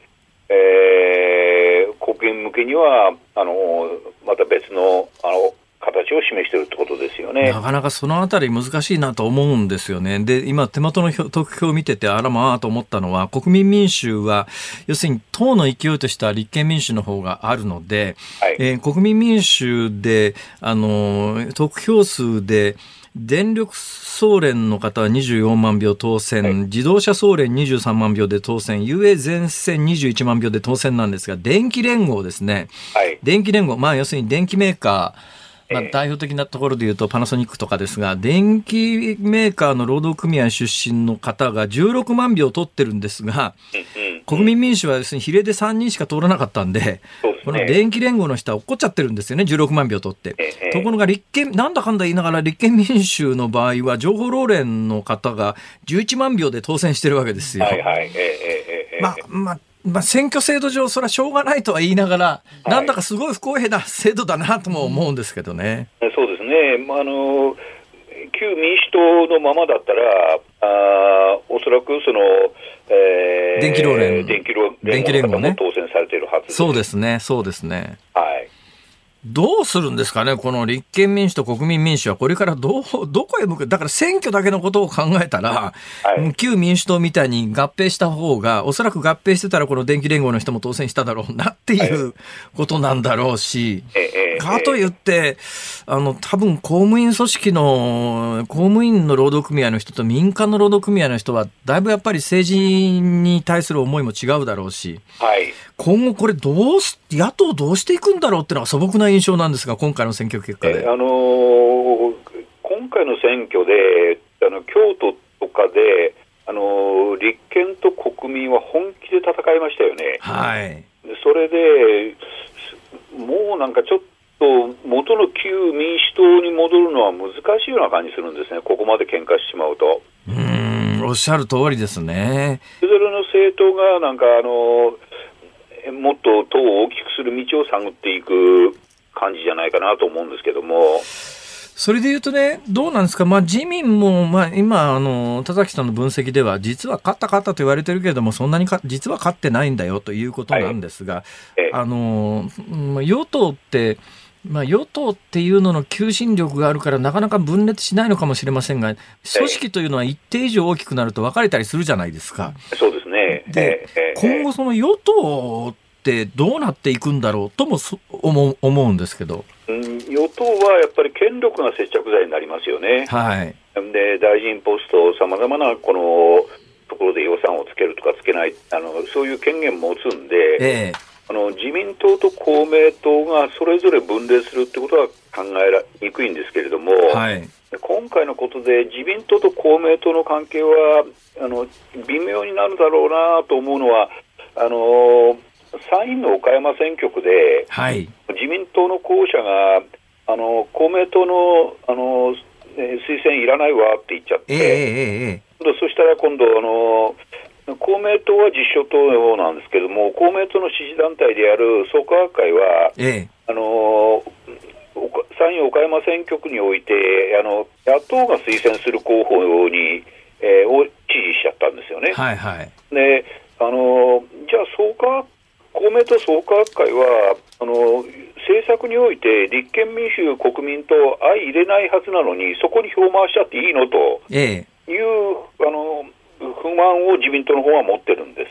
国民向けにはまた別の形を示しているってことですよね。 なかなかそのあたり難しいなと思うんですよね。で、今手元の得票を見ててと思ったのは、国民民主は要するに党の勢いとしては立憲民主の方があるので、はい、国民民主で得票数で電力総連の方は24万票当選、はい、自動車総連23万票で当選、UA 全線21万票で当選なんですが、電気連合ですね、はい、電気連合、要するに電気メーカー、代表的なところでいうとパナソニックとかですが、電機メーカーの労働組合出身の方が16万票取ってるんですが、国民民主は要するに比例で3人しか通らなかったんで、この電気連合の人は怒っちゃってるんですよね、16万票取って。ところがなんだかんだ言いながら立憲民主の場合は情報労連の方が11万票で当選してるわけですよ。選挙制度上それはしょうがないとは言いながら、なんだかすごい不公平な制度だなとも思うんですけどね。 そうですね。旧民主党のままだったらおそらく電気労連の方も当選されているはずです。 そうですね。そうですね。 はい。 どうするんですかね、この立憲民主と国民民主はこれからどこへ向く。だから選挙だけのことを考えたら、旧民主党みたいに合併した方が、おそらく合併してたらこの電気連合の人も当選しただろうなっていうことなんだろうし、かといって多分公務員の労働組合の人と民間の労働組合の人はだいぶやっぱり政治に対する思いも違うだろうし、今後これ野党どうしていくんだろうっていうのは素朴な印象なんですが、今回の選挙結果で。 今回の選挙で京都とかで立憲と国民は本気で戦いましたよね。 はい。 それでもうなんかちょっと元の旧民主党に戻るのは難しいような感じするんですね、ここまで喧嘩してしまうと。 おっしゃる通りですね。 それぞれの政党がなんかもっと党を大きくする道を探っていく感じじゃないかなと思うんですけども。 それで言うとね、どうなんですか、自民も、今田崎さんの分析では実は勝ったと言われてるけれども、そんなに実は勝ってないんだよということなんですが、与党っていうのの求心力があるからなかなか分裂しないのかもしれませんが、組織というのは一定以上大きくなると分かれたりするじゃないですか。 そうですね。 で、今後その与党ってどうなっていくんだろうとも思うんですけど。 与党はやっぱり権力が接着剤になりますよね。 はい。 で、大臣ポスト、さまざまなこのところで予算をつけるとかつけない、そういう権限を持つんで、自民党と公明党がそれぞれ分裂するってことは考えにくいんですけれども、今回のことで自民党と公明党の関係は微妙になるだろうなと思うのは、参院の岡山選挙区で、自民党の候補者が公明党の、推薦いらないわって言っちゃって、そしたら今度公明党は実証党なんですけども、公明党の支持団体である創価学会は、参院岡山選挙区において野党が推薦する候補に、を支持しちゃったんですよね。 はいはい、 でじゃあ公明党創価学会は政策において立憲民主国民と相入れないはずなのに、そこに票回しちゃっていいのという不満を自民党の方は持ってるんです。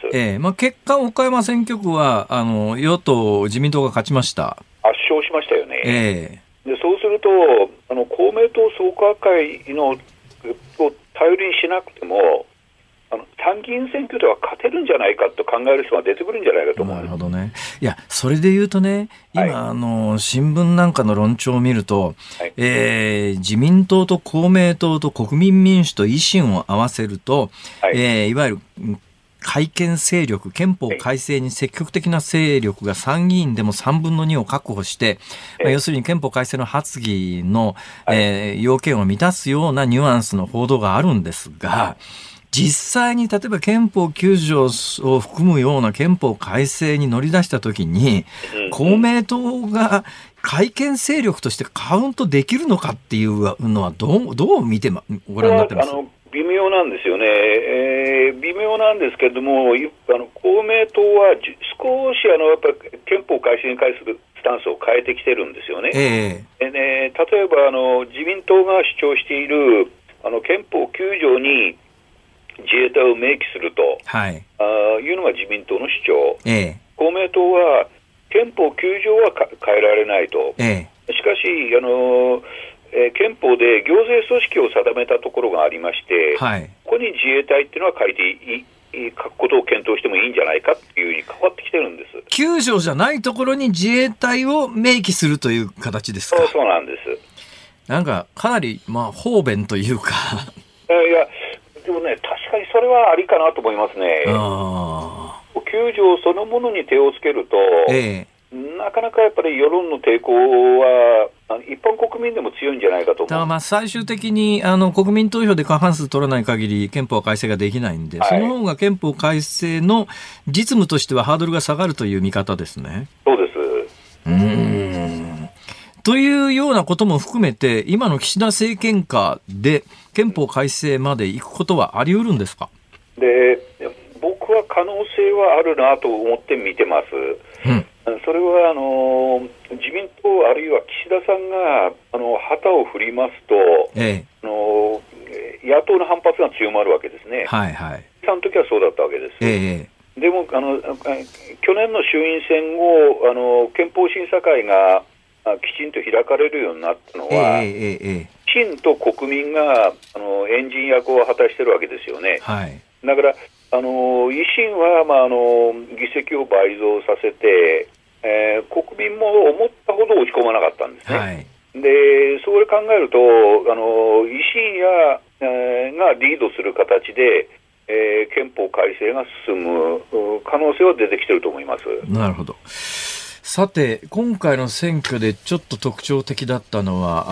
結果、岡山選挙区は与党、自民党が勝ちました。 圧勝しましたよね。でそうすると公明党創価学会を頼りにしなくても参議院選挙では勝てるんじゃないかと考える人が出てくるんじゃないかと思う。 なるほどね。いや、それで言うとね、今、新聞なんかの論調を見ると、自民党と公明党と国民民主と維新を合わせると、いわゆる改憲勢力、憲法改正に積極的な勢力が参議院でも3分の2を確保して、要するに憲法改正の発議の、要件を満たすようなニュアンスの報道があるんですが、実際に例えば憲法9条を含むような憲法改正に乗り出したときに、公明党が改憲勢力としてカウントできるのかっていうのはどう見てご覧になってます？ 微妙なんですよね。微妙なんですけれども、公明党は少しやっぱり憲法改正に関するスタンスを変えてきてるんですよね。例えば自民党が主張している憲法9条に自衛隊を明記すると、いうのが自民党の主張。公明党は憲法9条は変えられないと。しかし憲法で行政組織を定めたところがありまして、ここに自衛隊っていうのは書くことを検討してもいいんじゃないかっていうふうに変わってきてるんです。 9条じゃないところに自衛隊を明記するという形ですか？ そうなんです。 なんかかなり方便というかいやでもね、確かにそれはありかなと思いますね。9条そのものに手をつけると、なかなかやっぱり世論の抵抗は一般国民でも強いんじゃないかと思う。 最終的に国民投票で過半数取らない限り憲法改正ができないんで、その方が憲法改正の実務としてはハードルが下がるという見方ですね。 そうです。 というようなことも含めて、今の岸田政権下で憲法改正まで行くことはあり得るんですか？ で、僕は可能性はあるなと思って見てます。それは自民党あるいは岸田さんが旗を振りますと、野党の反発が強まるわけですね。その時はそうだったわけです。でも去年の衆院選後憲法審査会がきちんと開かれるようになったのは、維新と国民がエンジン役を果たしてるわけですよね。だから維新は、議席を倍増させて、国民も思ったほど落ち込まなかったんですね。でそれ考えると維新がリードする形で、憲法改正が進む可能性は出てきていると思います。 なるほど。さて、今回の選挙でちょっと特徴的だったのは、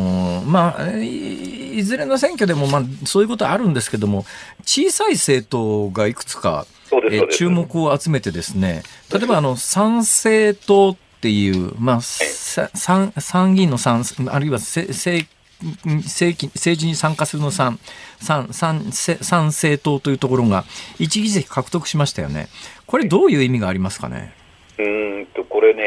いずれの選挙でも、そういうことあるんですけども、小さい政党がいくつか、注目を集めてですね、例えば参政党っていう、参議院の参、あるいは政治に参加するの参政党というところが1議席獲得しましたよね。これどういう意味がありますかね？ これね、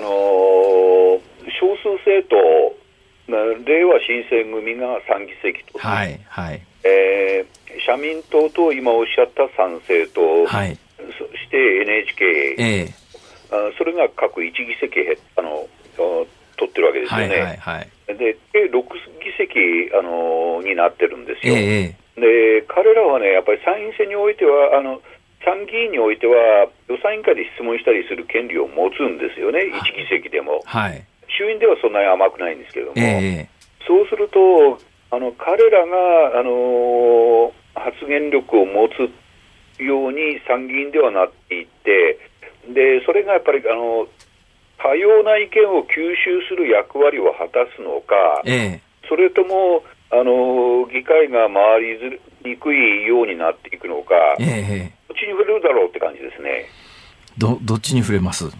少数政党、れいわ新選組が3議席と、社民党と今おっしゃった参政党、そして NHK、それが各1議席取ってるわけですよね。で計6議席になってるんですよ。で彼らはね、やっぱり参院選においては参議院においては予算委員会で質問したりする権利を持つんですよね、1議席でも。衆院ではそんなに甘くないんですけれども、そうすると彼らが発言力を持つように参議院ではなっていって、でそれがやっぱり多様な意見を吸収する役割を果たすのか、それとも議会が回りにくいようになっていくのか、どっちに触れるだろうって感じですね。 どっちに触れます？ ちょっ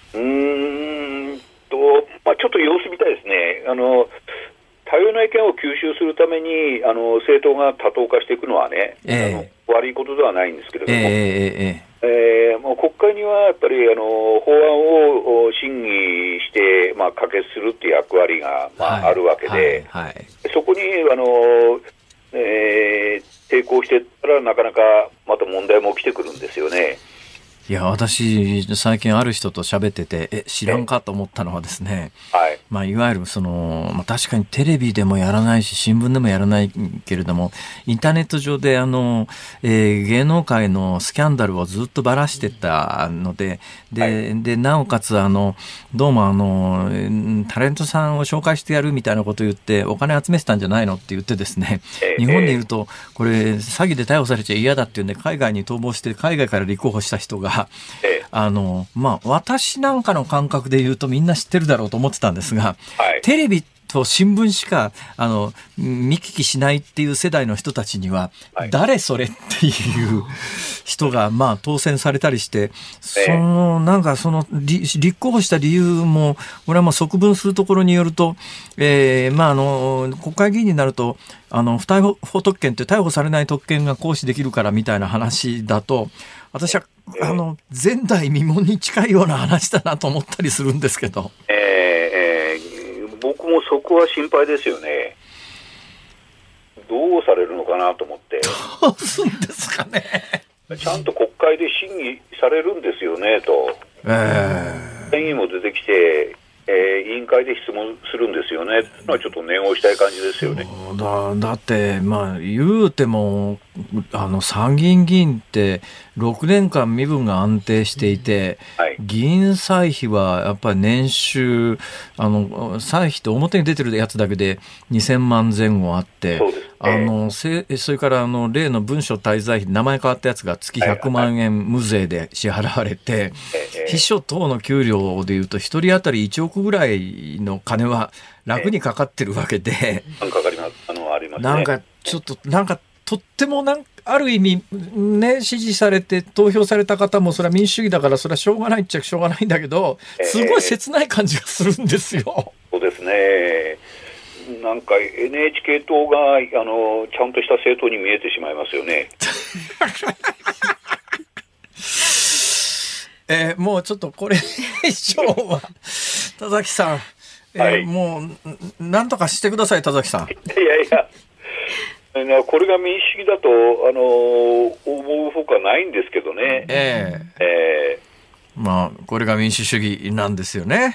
と様子見たいですね。多様な意見を吸収するために政党が多党化していくのはね、悪いことではないんですけれども、もう国会にはやっぱり法案を審議して、可決するっていう役割が、あるわけで、そこに抵抗していったらなかなかまた問題も起きてくるんですよね。 いや、私最近ある人と喋ってて知らんかと思ったのはですね、いわゆる確かにテレビでもやらないし新聞でもやらないけれども、インターネット上で芸能界のスキャンダルをずっとばらしてたので、なおかつどうもタレントさんを紹介してやるみたいなことを言ってお金集めてたんじゃないのって言ってですね、日本でいるとこれ詐欺で逮捕されちゃ嫌だっていうんで海外に逃亡して海外から立候補した人が私なんかの感覚で言うとみんな知ってるだろうと思ってたんですが、テレビと新聞しか見聞きしないっていう世代の人たちには、誰それっていう人が当選されたりして、立候補した理由もこれは側分するところによると、国会議員になると不逮捕特権って逮捕されない特権が行使できるからみたいな話だと、私は前代未聞に近いような話だなと思ったりするんですけど、 僕もそこは心配ですよね。どうされるのかなと思って。 どうするんですかね。 ちゃんと国会で審議されるんですよねと、審議も出てきて、委員会で質問するんですよねっていうのはちょっと念をしたい感じですよね。 だって言うても参議院議員って6年間身分が安定していて、議員歳費はやっぱり年収歳費って表に出てるやつだけで2000万前後あって、それから例の文書滞在費名前変わったやつが月100万円無税で支払われて、秘書等の給料でいうと1人当たり1億ぐらいの金は楽にかかってるわけで、とってもある意味ね、支持されて投票された方もそれは民主主義だからそれはしょうがないっちゃしょうがないんだけど、すごい切ない感じがするんですよ。 そうですね。NHK 党がちゃんとした政党に見えてしまいますよね。 もうちょっとこれ以上は田崎さん、もうなんとかしてください田崎さん。 これが民主主義だと思うほかないんですけどね。 これが民主主義なんですよね。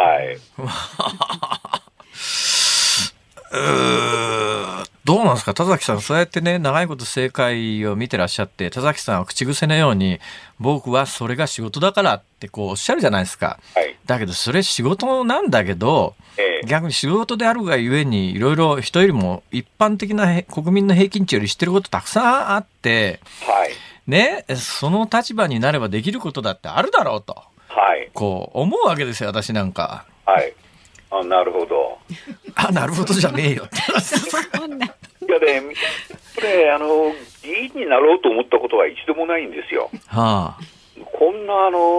どうなんですか田崎さん、そうやってね長いこと政界を見てらっしゃって、田崎さんは口癖のように僕はそれが仕事だからっておっしゃるじゃないですか。だけどそれ仕事なんだけど、逆に仕事であるがゆえにいろいろ人よりも一般的な国民の平均値より知ってることたくさんあって、その立場になればできることだってあるだろうと、こう思うわけですよ私なんか。 なるほど。 なるほどじゃねえよ。 いやね、これ議員になろうと思ったことは一度もないんですよ。こんな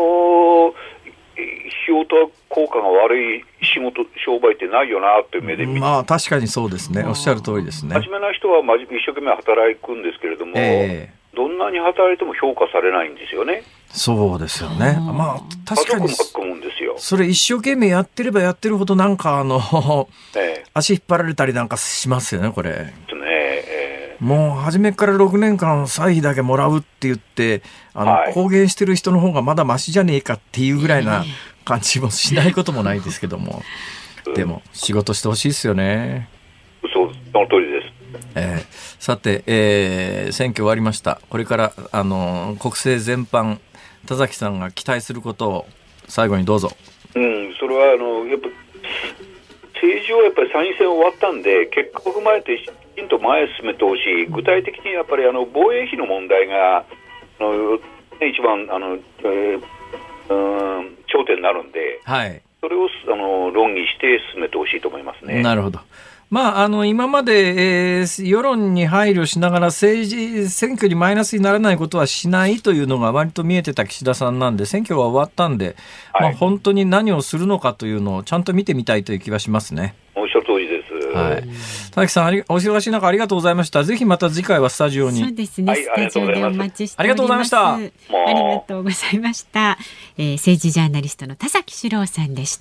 費用と効果が悪い商売ってないよなっていう目で見て、 確かにそうですね、おっしゃる通りですね。 真面目な人は一生懸命働くんですけれども、どんなに働いても評価されないんですよね。 そうですよね。確かにそれ一生懸命やってればやってるほど足引っ張られたりなんかしますよねこれ。もう初めから6年間歳費だけもらうって言って公言してる人の方がまだマシじゃねえかっていうぐらいな感じもしないこともないですけども、でも仕事してほしいですよね。 その通りです。 さて、選挙終わりました。これから国政全般田崎さんが期待することを最後にどうぞ。 それはやっぱ政治はやっぱり参院選終わったんで結果を踏まえてきちんと前へ進めてほしい。具体的にやっぱり防衛費の問題が一番頂点になるんで、 はい、 それを論議して進めてほしいと思いますね。 なるほど。今まで、世論に配慮しながら選挙にマイナスにならないことはしないというのが割と見えてた岸田さんなんで、選挙が終わったんで、はい、本当に何をするのかというのをちゃんと見てみたいという気がしますね。 おっしゃる通りです。 はい、田崎さん、お忙しい中ありがとうございました。ぜひまた次回はスタジオに。 そうですね、スタジオでお待ちしております。 ありがとうございました。 ありがとうございました。政治ジャーナリストの田崎史郎さんでした。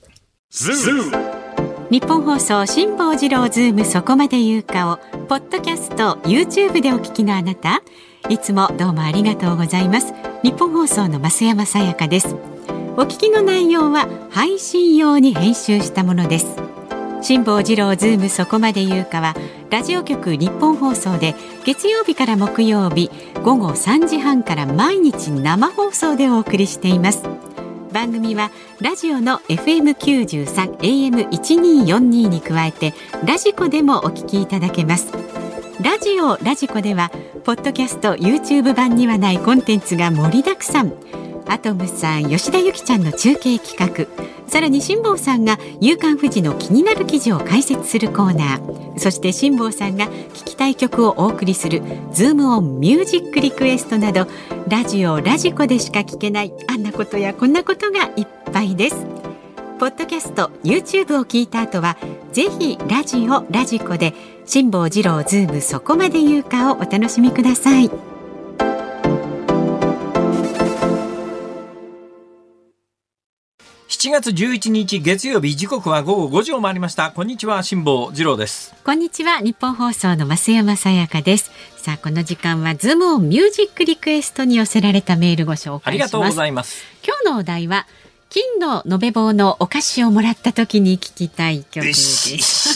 日本放送辛坊治郎ズームそこまで言うかをポッドキャスト YouTube でお聞きのあなた、いつもどうもありがとうございます。日本放送の増山さやかです。お聞きの内容は配信用に編集したものです。辛坊治郎ズームそこまで言うかはラジオ局日本放送で月曜日から木曜日午後3時半から毎日生放送でお送りしています。番組はラジオの FM93 AM1242 に加えてラジコでもお聞きいただけます。ラジコではポッドキャスト YouTube 版にはないコンテンツが盛りだくさん。アトムさん、吉田ゆきちゃんの中継企画、さらに辛坊さんが夕刊フジの気になる記事を解説するコーナー、そして辛坊さんが聞きたい曲をお送りするズームオンミュージックリクエストなど、ラジコでしか聞けないあんなことやこんなことがいっぱいです。ポッドキャスト YouTube を聞いた後はぜひラジコで辛坊治郎ズームそこまで言うかをお楽しみください。 7月11日月曜日、時刻は午後5時を回りました。こんにちは、辛坊治郎です。 こんにちは、日本放送の増山さやかです。さあ、この時間はズームオンミュージックリクエストに寄せられたメールご紹介します。 ありがとうございます。 今日のお題は金の延べ棒のお菓子をもらった時に聴きたい曲です。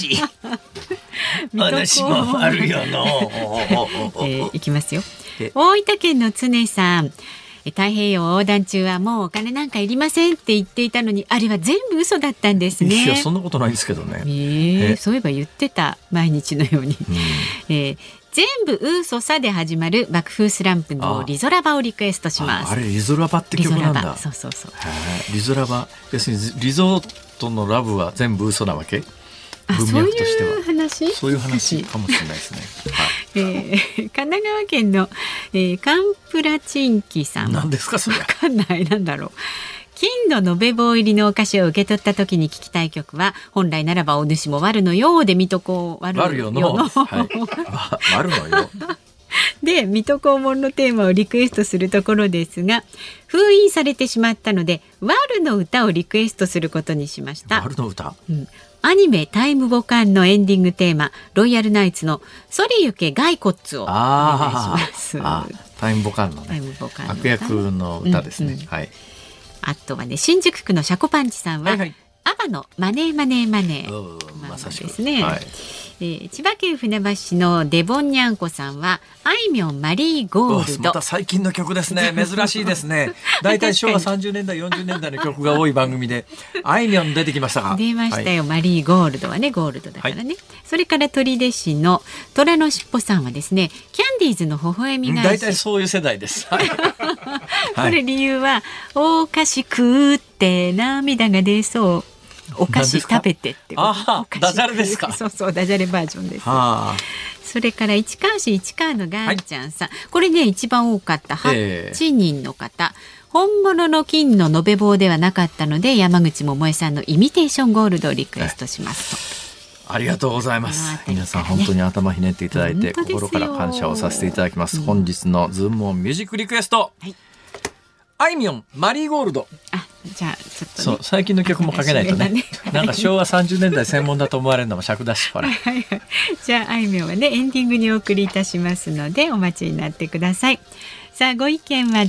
私もあるよのいきますよ。大分県の常さん、太平洋横断中はもうお金なんかいりませんって言っていたのに、あれは全部嘘だったんですね。 いや、そんなことないですけどね。そういえば言ってた、毎日のように、全部嘘さで始まる爆風スランプのリゾラバをリクエストします。 あれリゾラバって曲なんだ。 そうそうそう。 リゾラバ、要するにリゾートのラブは全部嘘なわけ。文脈としてはそういう話かもしれないですね。 神奈川県の、カンプラチンキさん。 何ですかそれ。 わかんない、なんだろう。金の延べ棒入りのお菓子を受け取った時に聞きたい曲は、本来ならばお主も割るのようで水戸黄割るよの割るのよで、水戸黄門のテーマをリクエストするところですが、封印されてしまったのでワルの歌をリクエストすることにしました。 ワルの歌、 アニメタイムボカンのエンディングテーマ、ロイヤルナイツのソリユケガイコッツをお願いします。 タイムボカンのね、悪役の歌ですね。 あとはね、新宿区のシャコパンチさんは、アバのマネーマネーマネー、 まさしくですね。千葉県船橋市のデボンニャンコさんは、あいみょんマリーゴールド。 また最近の曲ですね。珍しいですね。だいたい昭和30年代40年代の曲が多い番組であいみょん出てきましたか。 出ましたよ、マリーゴールドはね、ゴールドだからね。それから取手市の虎のしっぽさんはですね、キャンディーズの微笑み返し。 だいたいそういう世代です。これ理由は、お菓子食って涙が出そう、お菓子食べてってこと。 ダジャレですか。 そうそう、ダジャレバージョンです。それから市川市市川のガンちゃんさん、これね一番多かった8人の方、本物の金の延べ棒ではなかったので、山口百恵さんのイミテーションゴールドをリクエストしますと。ありがとうございます。皆さん本当に頭ひねっていただいて、心から感謝をさせていただきます。本日のズームオンミュージックリクエスト、あいみょんマリーゴールド。 じゃあちょっと、ね、 そう、最近の曲もかけないとね。なんか昭和30年代専門だと思われるのも尺だし、ほら。 じゃああいみょんはね、エンディングにお送りいたしますので、お待ちになってください。さあ、ご意見は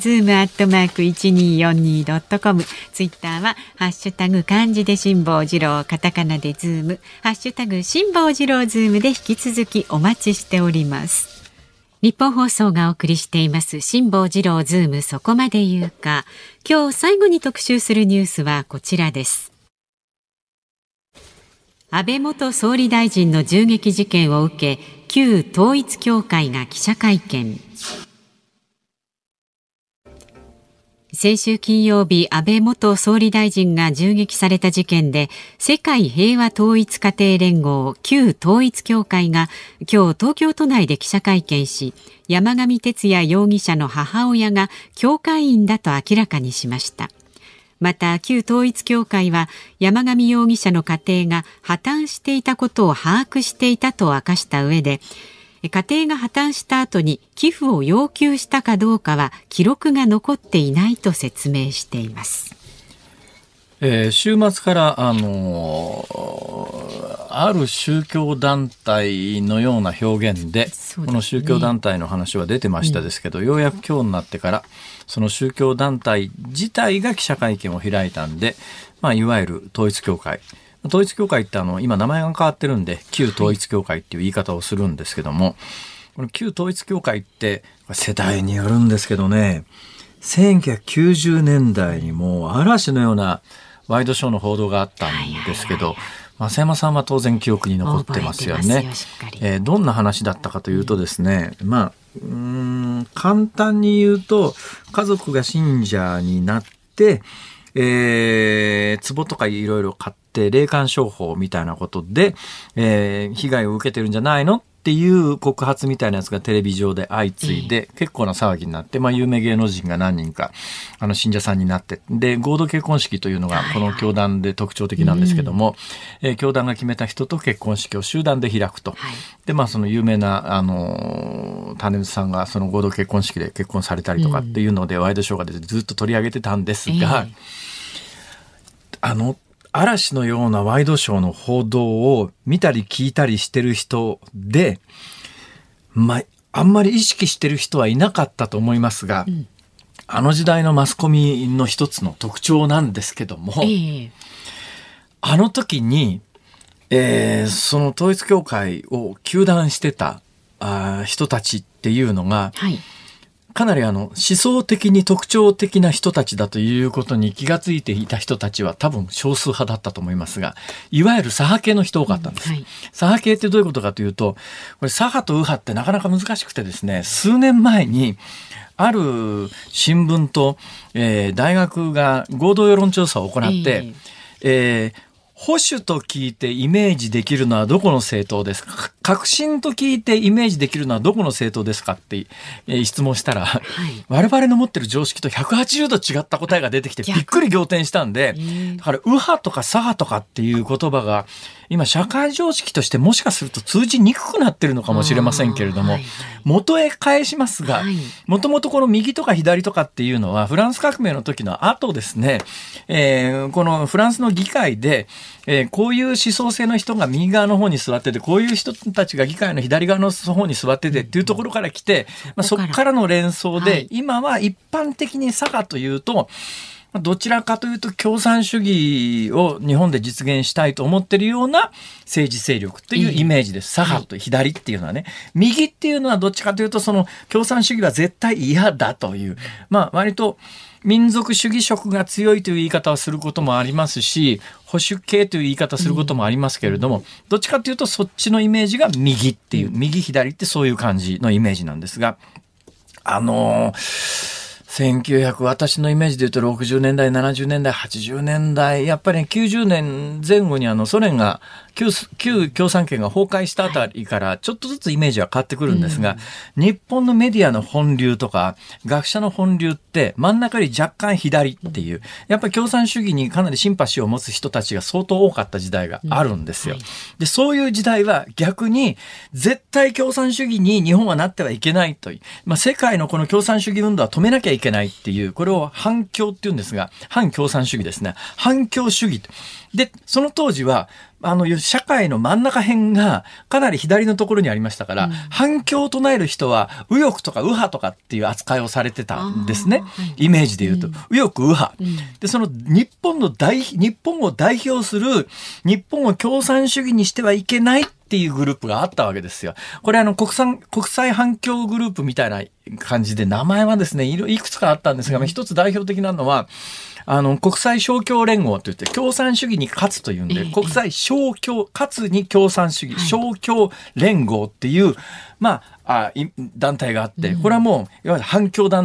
zoom@1242.com、ツイッターはハッシュタグ漢字で辛坊治郎、カタカナでズーム、ハッシュタグ辛坊治郎ズームで引き続きお待ちしております。日本放送がお送りしています辛坊治郎ズームそこまで言うか。今日最後に特集するニュースはこちらです。安倍元総理大臣の銃撃事件を受け、旧統一教会が記者会見。 先週金曜日、安倍元総理大臣が銃撃された事件で、世界平和統一家庭連合旧統一教会が今日東京都内で記者会見し、山上徹也容疑者の母親が教会員だと明らかにしました。また旧統一教会は山上容疑者の家庭が破綻していたことを把握していたと明かした上で、家庭が破綻した後に寄付を要求したかどうかは記録が残っていないと説明しています。 週末からある宗教団体のような表現で、この宗教団体の話は出てましたですけど、ようやく今日になってからその宗教団体自体が記者会見を開いたんで、いわゆる統一教会って今名前が変わってるんで旧統一教会っていう言い方をするんですけども、この旧統一教会って世代によるんですけどね、1990年代にもう嵐のようなワイドショーの報道があったんですけど、増山さんは当然記憶に残ってますよね。どんな話だったかというとですね、簡単に言うと家族が信者になって、壺とかいろいろ買って霊感商法みたいなことで、被害を受けてるんじゃないのっていう告発みたいなやつがテレビ上で相次いで結構な騒ぎになって、有名芸能人が何人か信者さんになって、で合同結婚式というのがこの教団で特徴的なんですけども、教団が決めた人と結婚式を集団で開くと、でその有名な種主さんがその合同結婚式で結婚されたりとかっていうので、ワイドショーが出てずっと取り上げてたんですが、嵐のようなワイドショーの報道を見たり聞いたりしてる人で、あんまり意識してる人はいなかったと思いますが、あの時代のマスコミの一つの特徴なんですけども、あの時に、その統一教会を糾弾してた人たちっていうのが、かなり思想的に特徴的な人たちだということに気がついていた人たちは多分少数派だったと思いますが、いわゆる左派系の人多かったんです。左派系ってどういうことかというと、これ左派と右派ってなかなか難しくてですね、数年前にある新聞と、大学が合同世論調査を行って、保守と聞いてイメージできるのはどこの政党ですか、革新と聞いてイメージできるのはどこの政党ですかって、質問したら、我々の持ってる常識と180度違った答えが出てきてびっくり仰天したんで、だから右派とか左派とかっていう言葉が今社会常識としてもしかすると通じにくくなってるのかもしれませんけれども、元へ返しますが、もともとこの右とか左とかっていうのはフランス革命の時の後ですね、このフランスの議会で、こういう思想性の人が右側の方に座ってて、こういう人たちが議会の左側の方に座っててっていうところから来て、そこからの連想で、今は一般的に左派というと、どちらかというと共産主義を日本で実現したいと思っているような政治勢力というイメージです。左派と左っていうのはね、右っていうのはどっちかというとその共産主義は絶対嫌だという、割と民族主義色が強いという言い方をすることもありますし、保守系という言い方をすることもありますけれども、どっちかというとそっちのイメージが右っていう、右左ってそういう感じのイメージなんですが、私のイメージで言うと60年代、70年代、80年代、やっぱり、90年前後にソ連が旧共産圏が崩壊したあたりからちょっとずつイメージは変わってくるんですが、日本のメディアの本流とか学者の本流って真ん中より若干左っていう、やっぱり共産主義にかなりシンパシーを持つ人たちが相当多かった時代があるんですよ。で、そういう時代は逆に絶対共産主義に日本はなってはいけないという、世界のこの共産主義運動は止めなきゃいけないっていう、これを反共っていうんですが、反共産主義ですね。反共主義で、その当時は社会の真ん中辺がかなり左のところにありましたから、反共を唱える人は右翼とか右派とかっていう扱いをされてたんですね。イメージで言うと、右翼右派。で、その日本を代表する、日本を共産主義にしてはいけないっていうグループがあったわけですよ。これ国際反共グループみたいな感じで、名前はですね、いくつかあったんですが、一つ代表的なのは、国際勝共連合といって共産主義に勝つというんで、国際勝共、勝つに共産主義、勝共連合っていう、団体があって、これはもういわゆる反共団体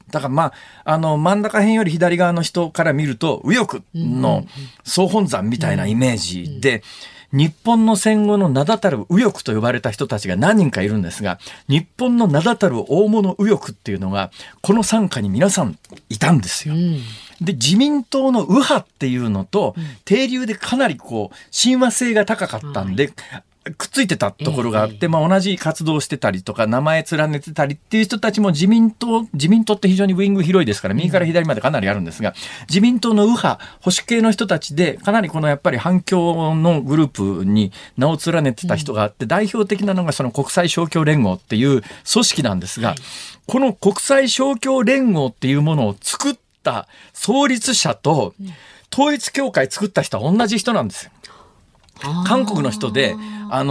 だから真ん中辺より左側の人から見ると右翼の総本山みたいなイメージで、日本の戦後の名だたる右翼と呼ばれた人たちが何人かいるんですが、日本の名だたる大物右翼っていうのがこの傘下に皆さんいたんですよ。で、自民党の右派っていうのと定流でかなり親和性が高かったんで、くっついてたところがあって、同じ活動してたりとか名前連ねてたりっていう人たちも自民党って非常にウィング広いですから右から左までかなりあるんですが、自民党の右派保守系の人たちでかなりやっぱり反共のグループに名を連ねてた人があって、代表的なのがその国際勝共連合っていう組織なんですが、この国際勝共連合っていうものを作った創立者と統一教会作った人は同じ人なんですよ。韓国の人で、当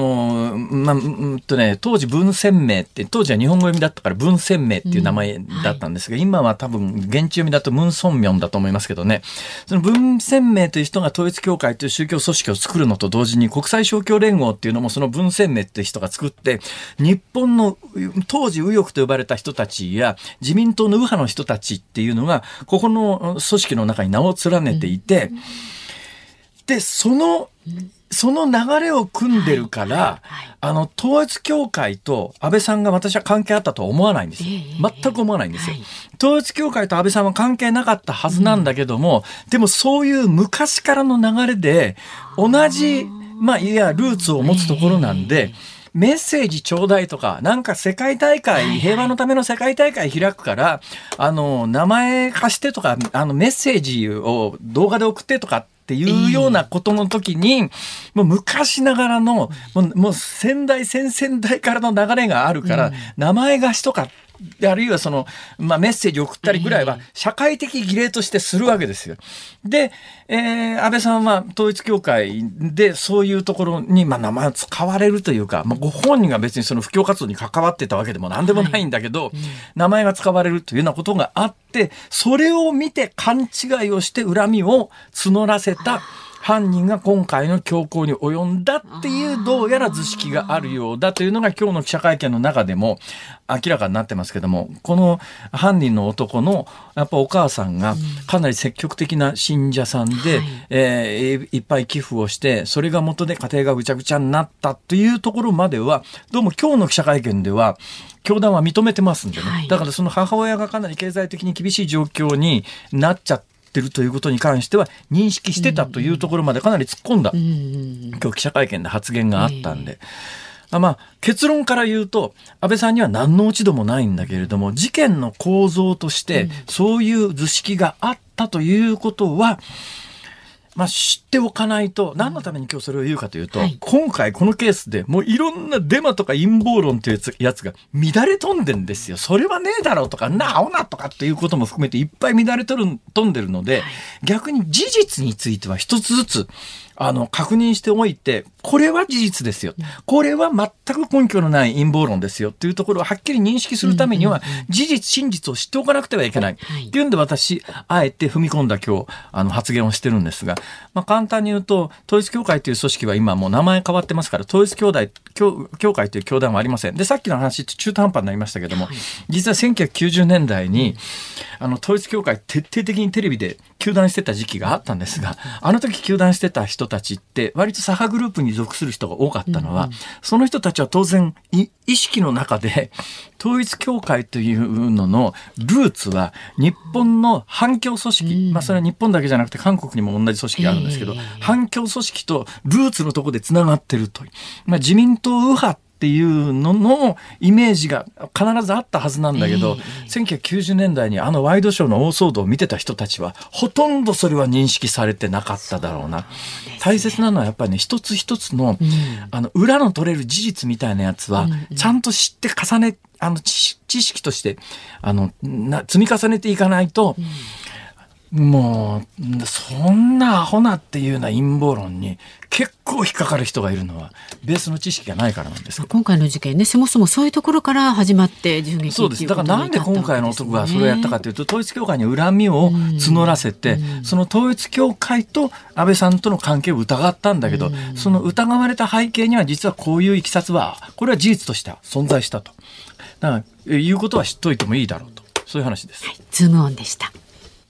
時文鮮明って、当時は日本語読みだったから文鮮明っていう名前だったんですが、今は多分現地読みだとムンソンミョンだと思いますけどね、その文鮮明という人が統一教会という宗教組織を作るのと同時に国際勝共連合っていうのもその文鮮明っていう人が作って、日本の当時右翼と呼ばれた人たちや自民党の右派の人たちっていうのがここの組織の中に名を連ねていて、で、その流れを組んでるから、統一教会と安倍さんが私は関係あったとは思わないんですよ。全く思わないんですよ。統一教会と安倍さんは関係なかったはずなんだけども、でもそういう昔からの流れで、同じ、いや、ルーツを持つところなんで、メッセージちょうだいとか、なんか世界大会、平和のための世界大会開くから、名前貸してとか、メッセージを動画で送ってとか、っていうようなことの時に、もう昔ながらの、もう先々代からの流れがあるから、名前貸しとか、あるいはメッセージを送ったりぐらいは社会的儀礼としてするわけですよ。で、安倍さんは統一教会でそういうところに名前を使われるというか、ご本人が別にその布教活動に関わってたわけでも何でもないんだけど、名前が使われるというようなことがあって、それを見て勘違いをして恨みを募らせた犯人が今回の凶行に及んだっていうどうやら図式があるようだというのが今日の記者会見の中でも明らかになってますけども、この犯人の男のやっぱお母さんがかなり積極的な信者さんで、いっぱい寄付をしてそれが元で家庭がぐちゃぐちゃになったというところまではどうも今日の記者会見では教団は認めてますんでね、だからその母親がかなり経済的に厳しい状況になっちゃってるということに関しては認識してたというところまでかなり突っ込んだ、今日記者会見で発言があったんで、結論から言うと安倍さんには何の落ち度もないんだけれども、事件の構造としてそういう図式があったということは、知っておかないと。何のために今日それを言うかというと、今回このケースでもういろんなデマとか陰謀論というやつが乱れ飛んでるんですよ。それはねえだろうとか青なとかっていうことも含めていっぱい乱れ飛んでるので、逆に事実については一つずつ確認しておいて、これは事実ですよ、これは全く根拠のない陰謀論ですよというところをはっきり認識するためには事実真実を知っておかなくてはいけないっていうんで、私あえて踏み込んだ今日発言をしてるんですが、簡単に言うと統一教会という組織は今もう名前変わってますから、統一教会という教団はありません。で、さっきの話中途半端になりましたけども、実は1990年代に統一教会徹底的にテレビで糾弾してた時期があったんですが、あの時糾弾してた人たちって割と左派グループに属する人が多かったのは、その人たちは当然意識の中で統一教会というののルーツは日本の反共組織、それは日本だけじゃなくて韓国にも同じ組織があるんですけど、反共組織とルーツのところでつながってるという、自民党右派っていうののイメージが必ずあったはずなんだけど、1990年代にワイドショーの大騒動を見てた人たちはほとんどそれは認識されてなかっただろうな。大切なのはやっぱりね、一つ一つの裏の取れる事実みたいなやつはちゃんと知って重ね知識として積み重ねていかないと、もうそんなアホなっていうような陰謀論に結構引っかかる人がいるのはベースの知識がないからなんですけど、 今回の事件ね、そもそもそういうところから始まって銃撃っていうことになったんですね。 そうです。だからなんで今回の男がそれをやったかというと、統一教会に恨みを募らせて、その統一教会と安倍さんとの関係を疑ったんだけど、その疑われた背景には実はこういういきさつはこれは事実としては存在したと、だからいうことは知っといてもいいだろうと。 そういう話です。 はい、ズームオンでした。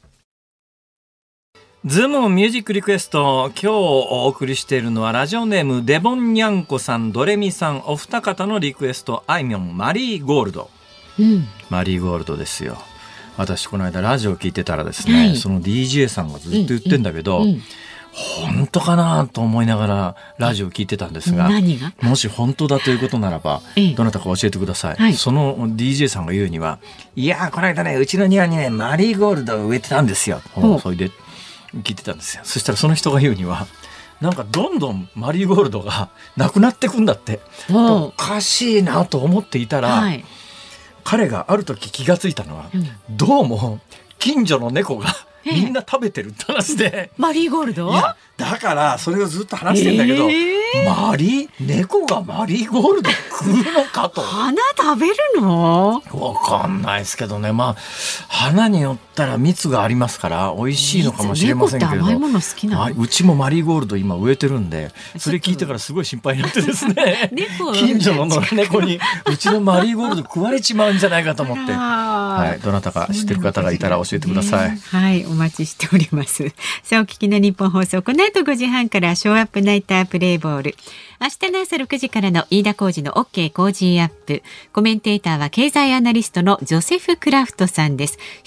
ズームオンミュージックリクエスト、今日お送りしているのはラジオネームデボンニャンコさん、ドレミさん、お二方のリクエスト、あいみょんマリーゴールド、マリーゴールドですよ。私この間ラジオ聞いてたらですね、はい、その DJ さんがずっと言ってんだけど、本当かなと思いながらラジオ聞いてたんですが、もし本当だということならば、どなたか教えてください、はい、その DJ さんが言うには、いやこの間ね、うちの庭にねマリーゴールドを植えてたんですよ。それで聞いてたんですよ。そしたらその人が言うには、なんかどんどんマリーゴールドがなくなってくんだって。おかしいなと思っていたら、はい、彼がある時気がついたのは、どうも近所の猫がみんな食べてるって話で、 マリーゴールド？ いやだからそれをずっと話してんだけど、猫がマリーゴールド食うのかと。 花食べるの？ わかんないですけどね。まあ花によったら蜜がありますから美味しいのかもしれませんけれど、 甘いもの好きなの？ うちもマリーゴールド今植えてるんで、それ聞いてからすごい心配になってですね近所の野良猫にうちのマリーゴールド食われちまうんじゃないかと思ってはい、どなたか知ってる方がいたら教えてください。 はい、お待ちしております。さあお聞きの日本放送、この後5時半からショーアップナイタープレイボール、明日の朝6時からの飯田浩司の OK 工事アップ、コメンテーターは経済アナリストのジョセフ・クラフトさんです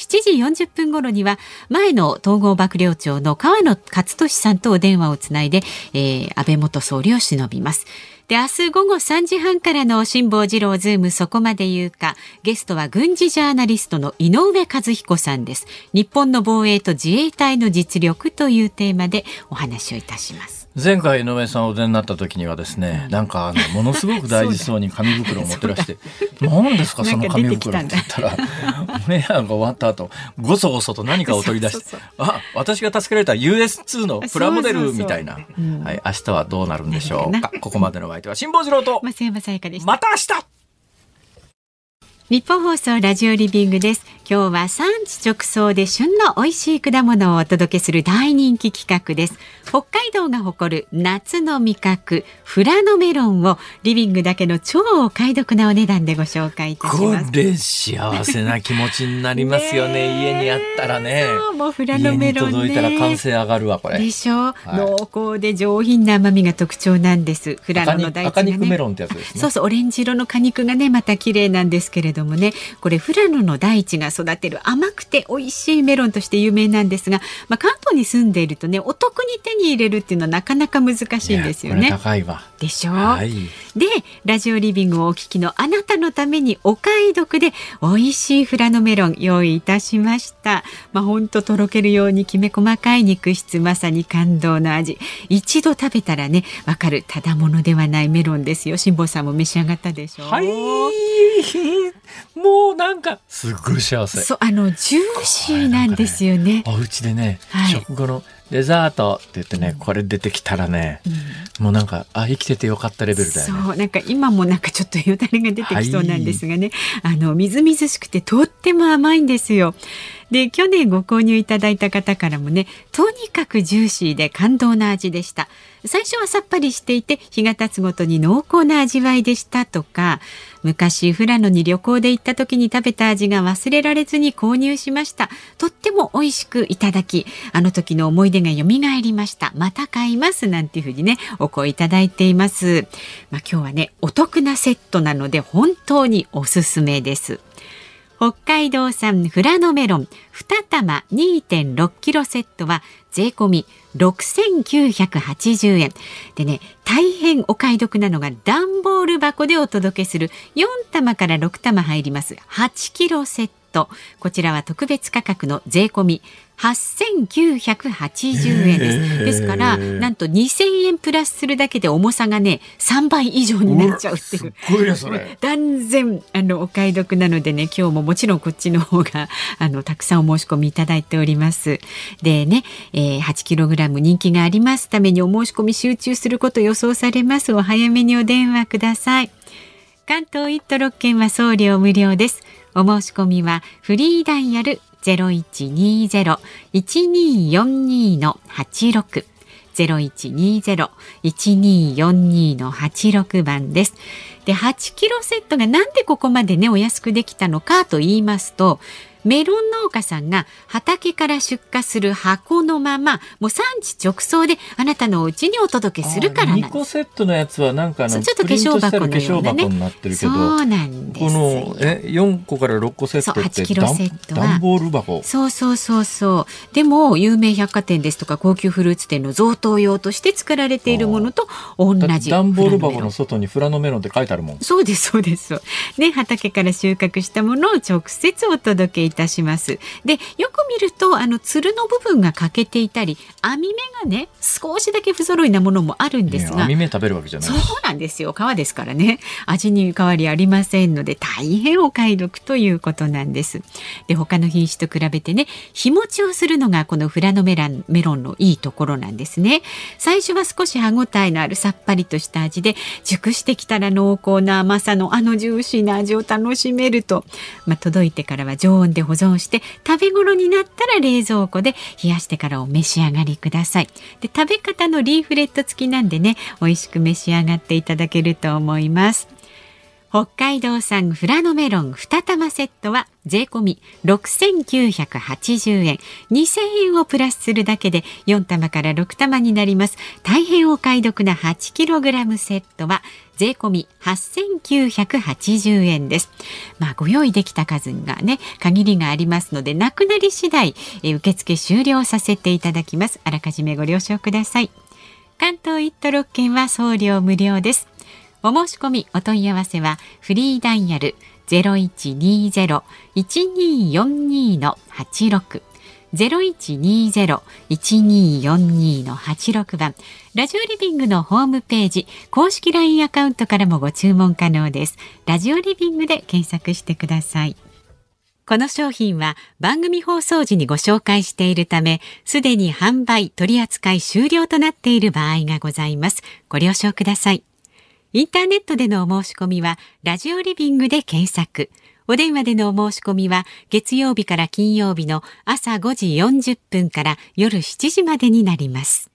。7時40分頃には前の統合幕僚長の河野克俊さんとお電話をつないで、安倍元総理を偲びます。で、明日午後3時半からの辛坊治郎ズームそこまで言うか、ゲストは軍事ジャーナリストの井上和彦さんです。日本の防衛と自衛隊の実力というテーマでお話をいたします。 前回井上さんお出になった時にはですね、なんかものすごく大事そうに紙袋を持ってらして何ですかその紙袋って言ったらオンエアが終わった後ごそごそと何かを取り出して私が助けられた US2 のプラモデルみたいな。はい、明日はどうなるんでしょうか。ここまでのお相手は辛坊治郎と増山さやかでした。 また明日。 日本放送ラジオリビングです。今日は産地直送で旬の美味しい果物をお届けする大人気企画です。北海道が誇る夏の味覚富良野メロンをリビングだけの超お買い得なお値段でご紹介いたします。 これ幸せな気持ちになりますよね家にあったらね。 もう富良野メロンね、 家に届いたら歓声上がるわこれでしょ、はい、濃厚で上品な甘みが特徴なんです。富良野の大地がね、 赤肉メロンってやつですね。 そうそう、オレンジ色の果肉がねまた綺麗なんですけれどもね、これ富良野の大地が育てる甘くて美味しいメロンとして有名なんですが、関東に住んでいるとねお得に手に入れるっていうのはなかなか難しいんですよね。 これ高いわでしょ、 はい、 でラジオリビングをお聞きのあなたのためにお買い得で美味しい富良野メロン用意いたしました。ほんととろけるようにきめ細かい肉質、まさに感動の味。一度食べたらねわかるただものではないメロンですよ。辛坊さんも召し上がったでしょう。 はいもうなんかすっごい幸せ。 そう、ジューシーなんですよね。 お家でね、はい、食後のデザートって言ってね、これ出てきたらね、もうなんか生きててよかったレベルだよね。 そう、なんか今もなんかちょっとよだれが出てきそうなんですがね、みずみずしくてとっても甘いんですよ。で、去年ご購入いただいた方からもね、とにかくジューシーで感動な味でした。最初はさっぱりしていて日が経つごとに濃厚な味わいでしたとか、昔富良野に旅行で行った時に食べた味が忘れられずに購入しました。とっても美味しくいただき、あの時の思い出が蘇りました。また買いますなんていうふうにねお声いただいています。今日はねお得なセットなので本当におすすめです。北海道産富良野メロン2玉 2.6 キロセットは税込み6980円でね、大変お買い得なのが段ボール箱でお届けする4玉から6玉入ります8キロセット。こちらは特別価格の税込み8980円です。ですからなんと2000円プラスするだけで重さがね3倍以上になっちゃうっていう。 すごいねそれ。 断然お買い得なのでね、今日ももちろんこっちの方がたくさんお申し込みいただいております。でね、8kg 人気がありますためにお申し込み集中すること予想されます。お早めにお電話ください。関東1都6県は送料無料です。お申し込みはフリーダイヤル0120-1242-86 0120-1242-86番です。で、8キロセットがなんでここまでねお安くできたのかと言いますと、 メロン農家さんが畑から出荷する箱のままもう産地直送であなたのお家にお届けするからなんです。 2個セットのやつはなんかちょっと化粧箱のようなね、 化粧箱になってるけど、 そうなんですよ。 この4個から6個セットって 8キロセットは段ボール箱。 そうでも有名百貨店ですとか高級フルーツ店の贈答用として作られているものと同じ段ボール箱の外に富良野メロンって書いてあるもん。 そうですね、畑から収穫したものを直接お届けいたします。でよく見るとつるの部分が欠けていたり網目がね少しだけ不揃いなものもあるんですが、 網目食べるわけじゃない。 そうなんですよ、皮ですからね、味に変わりありませんので大変お買い得ということなんです。で他の品種と比べてね日持ちをするのがこの富良野メロンのいいところなんですね。最初は少し歯ごたえのあるさっぱりとした味で熟してきたら濃厚な甘さのジューシーな味を楽しめると、届いてからは常温で保存して食べ頃になったら冷蔵庫で冷やしてからお召し上がりください。で食べ方のリーフレット付きなんでね美味しく召し上がっていただけると思います。北海道産富良野メロン2玉セットは税込み6980円、2000円をプラスするだけで4玉から6玉になります。大変お買い得な 8kg セットは税込み8980円です。ご用意できた数がね限りがありますのでなくなり次第受付終了させていただきます。あらかじめご了承ください。関東1都6県は送料無料です。お申し込みお問い合わせはフリーダイヤル 0120-1242-86 0120-1242-86番、ラジオリビングのホームページ公式 LINE アカウントからもご注文可能です。ラジオリビングで検索してください。この商品は番組放送時にご紹介しているためすでに販売取扱い終了となっている場合がございます。ご了承ください。インターネットでのお申し込みはラジオリビングで検索。お電話でのお申し込みは月曜日から金曜日の朝5時40分から夜7時までになります。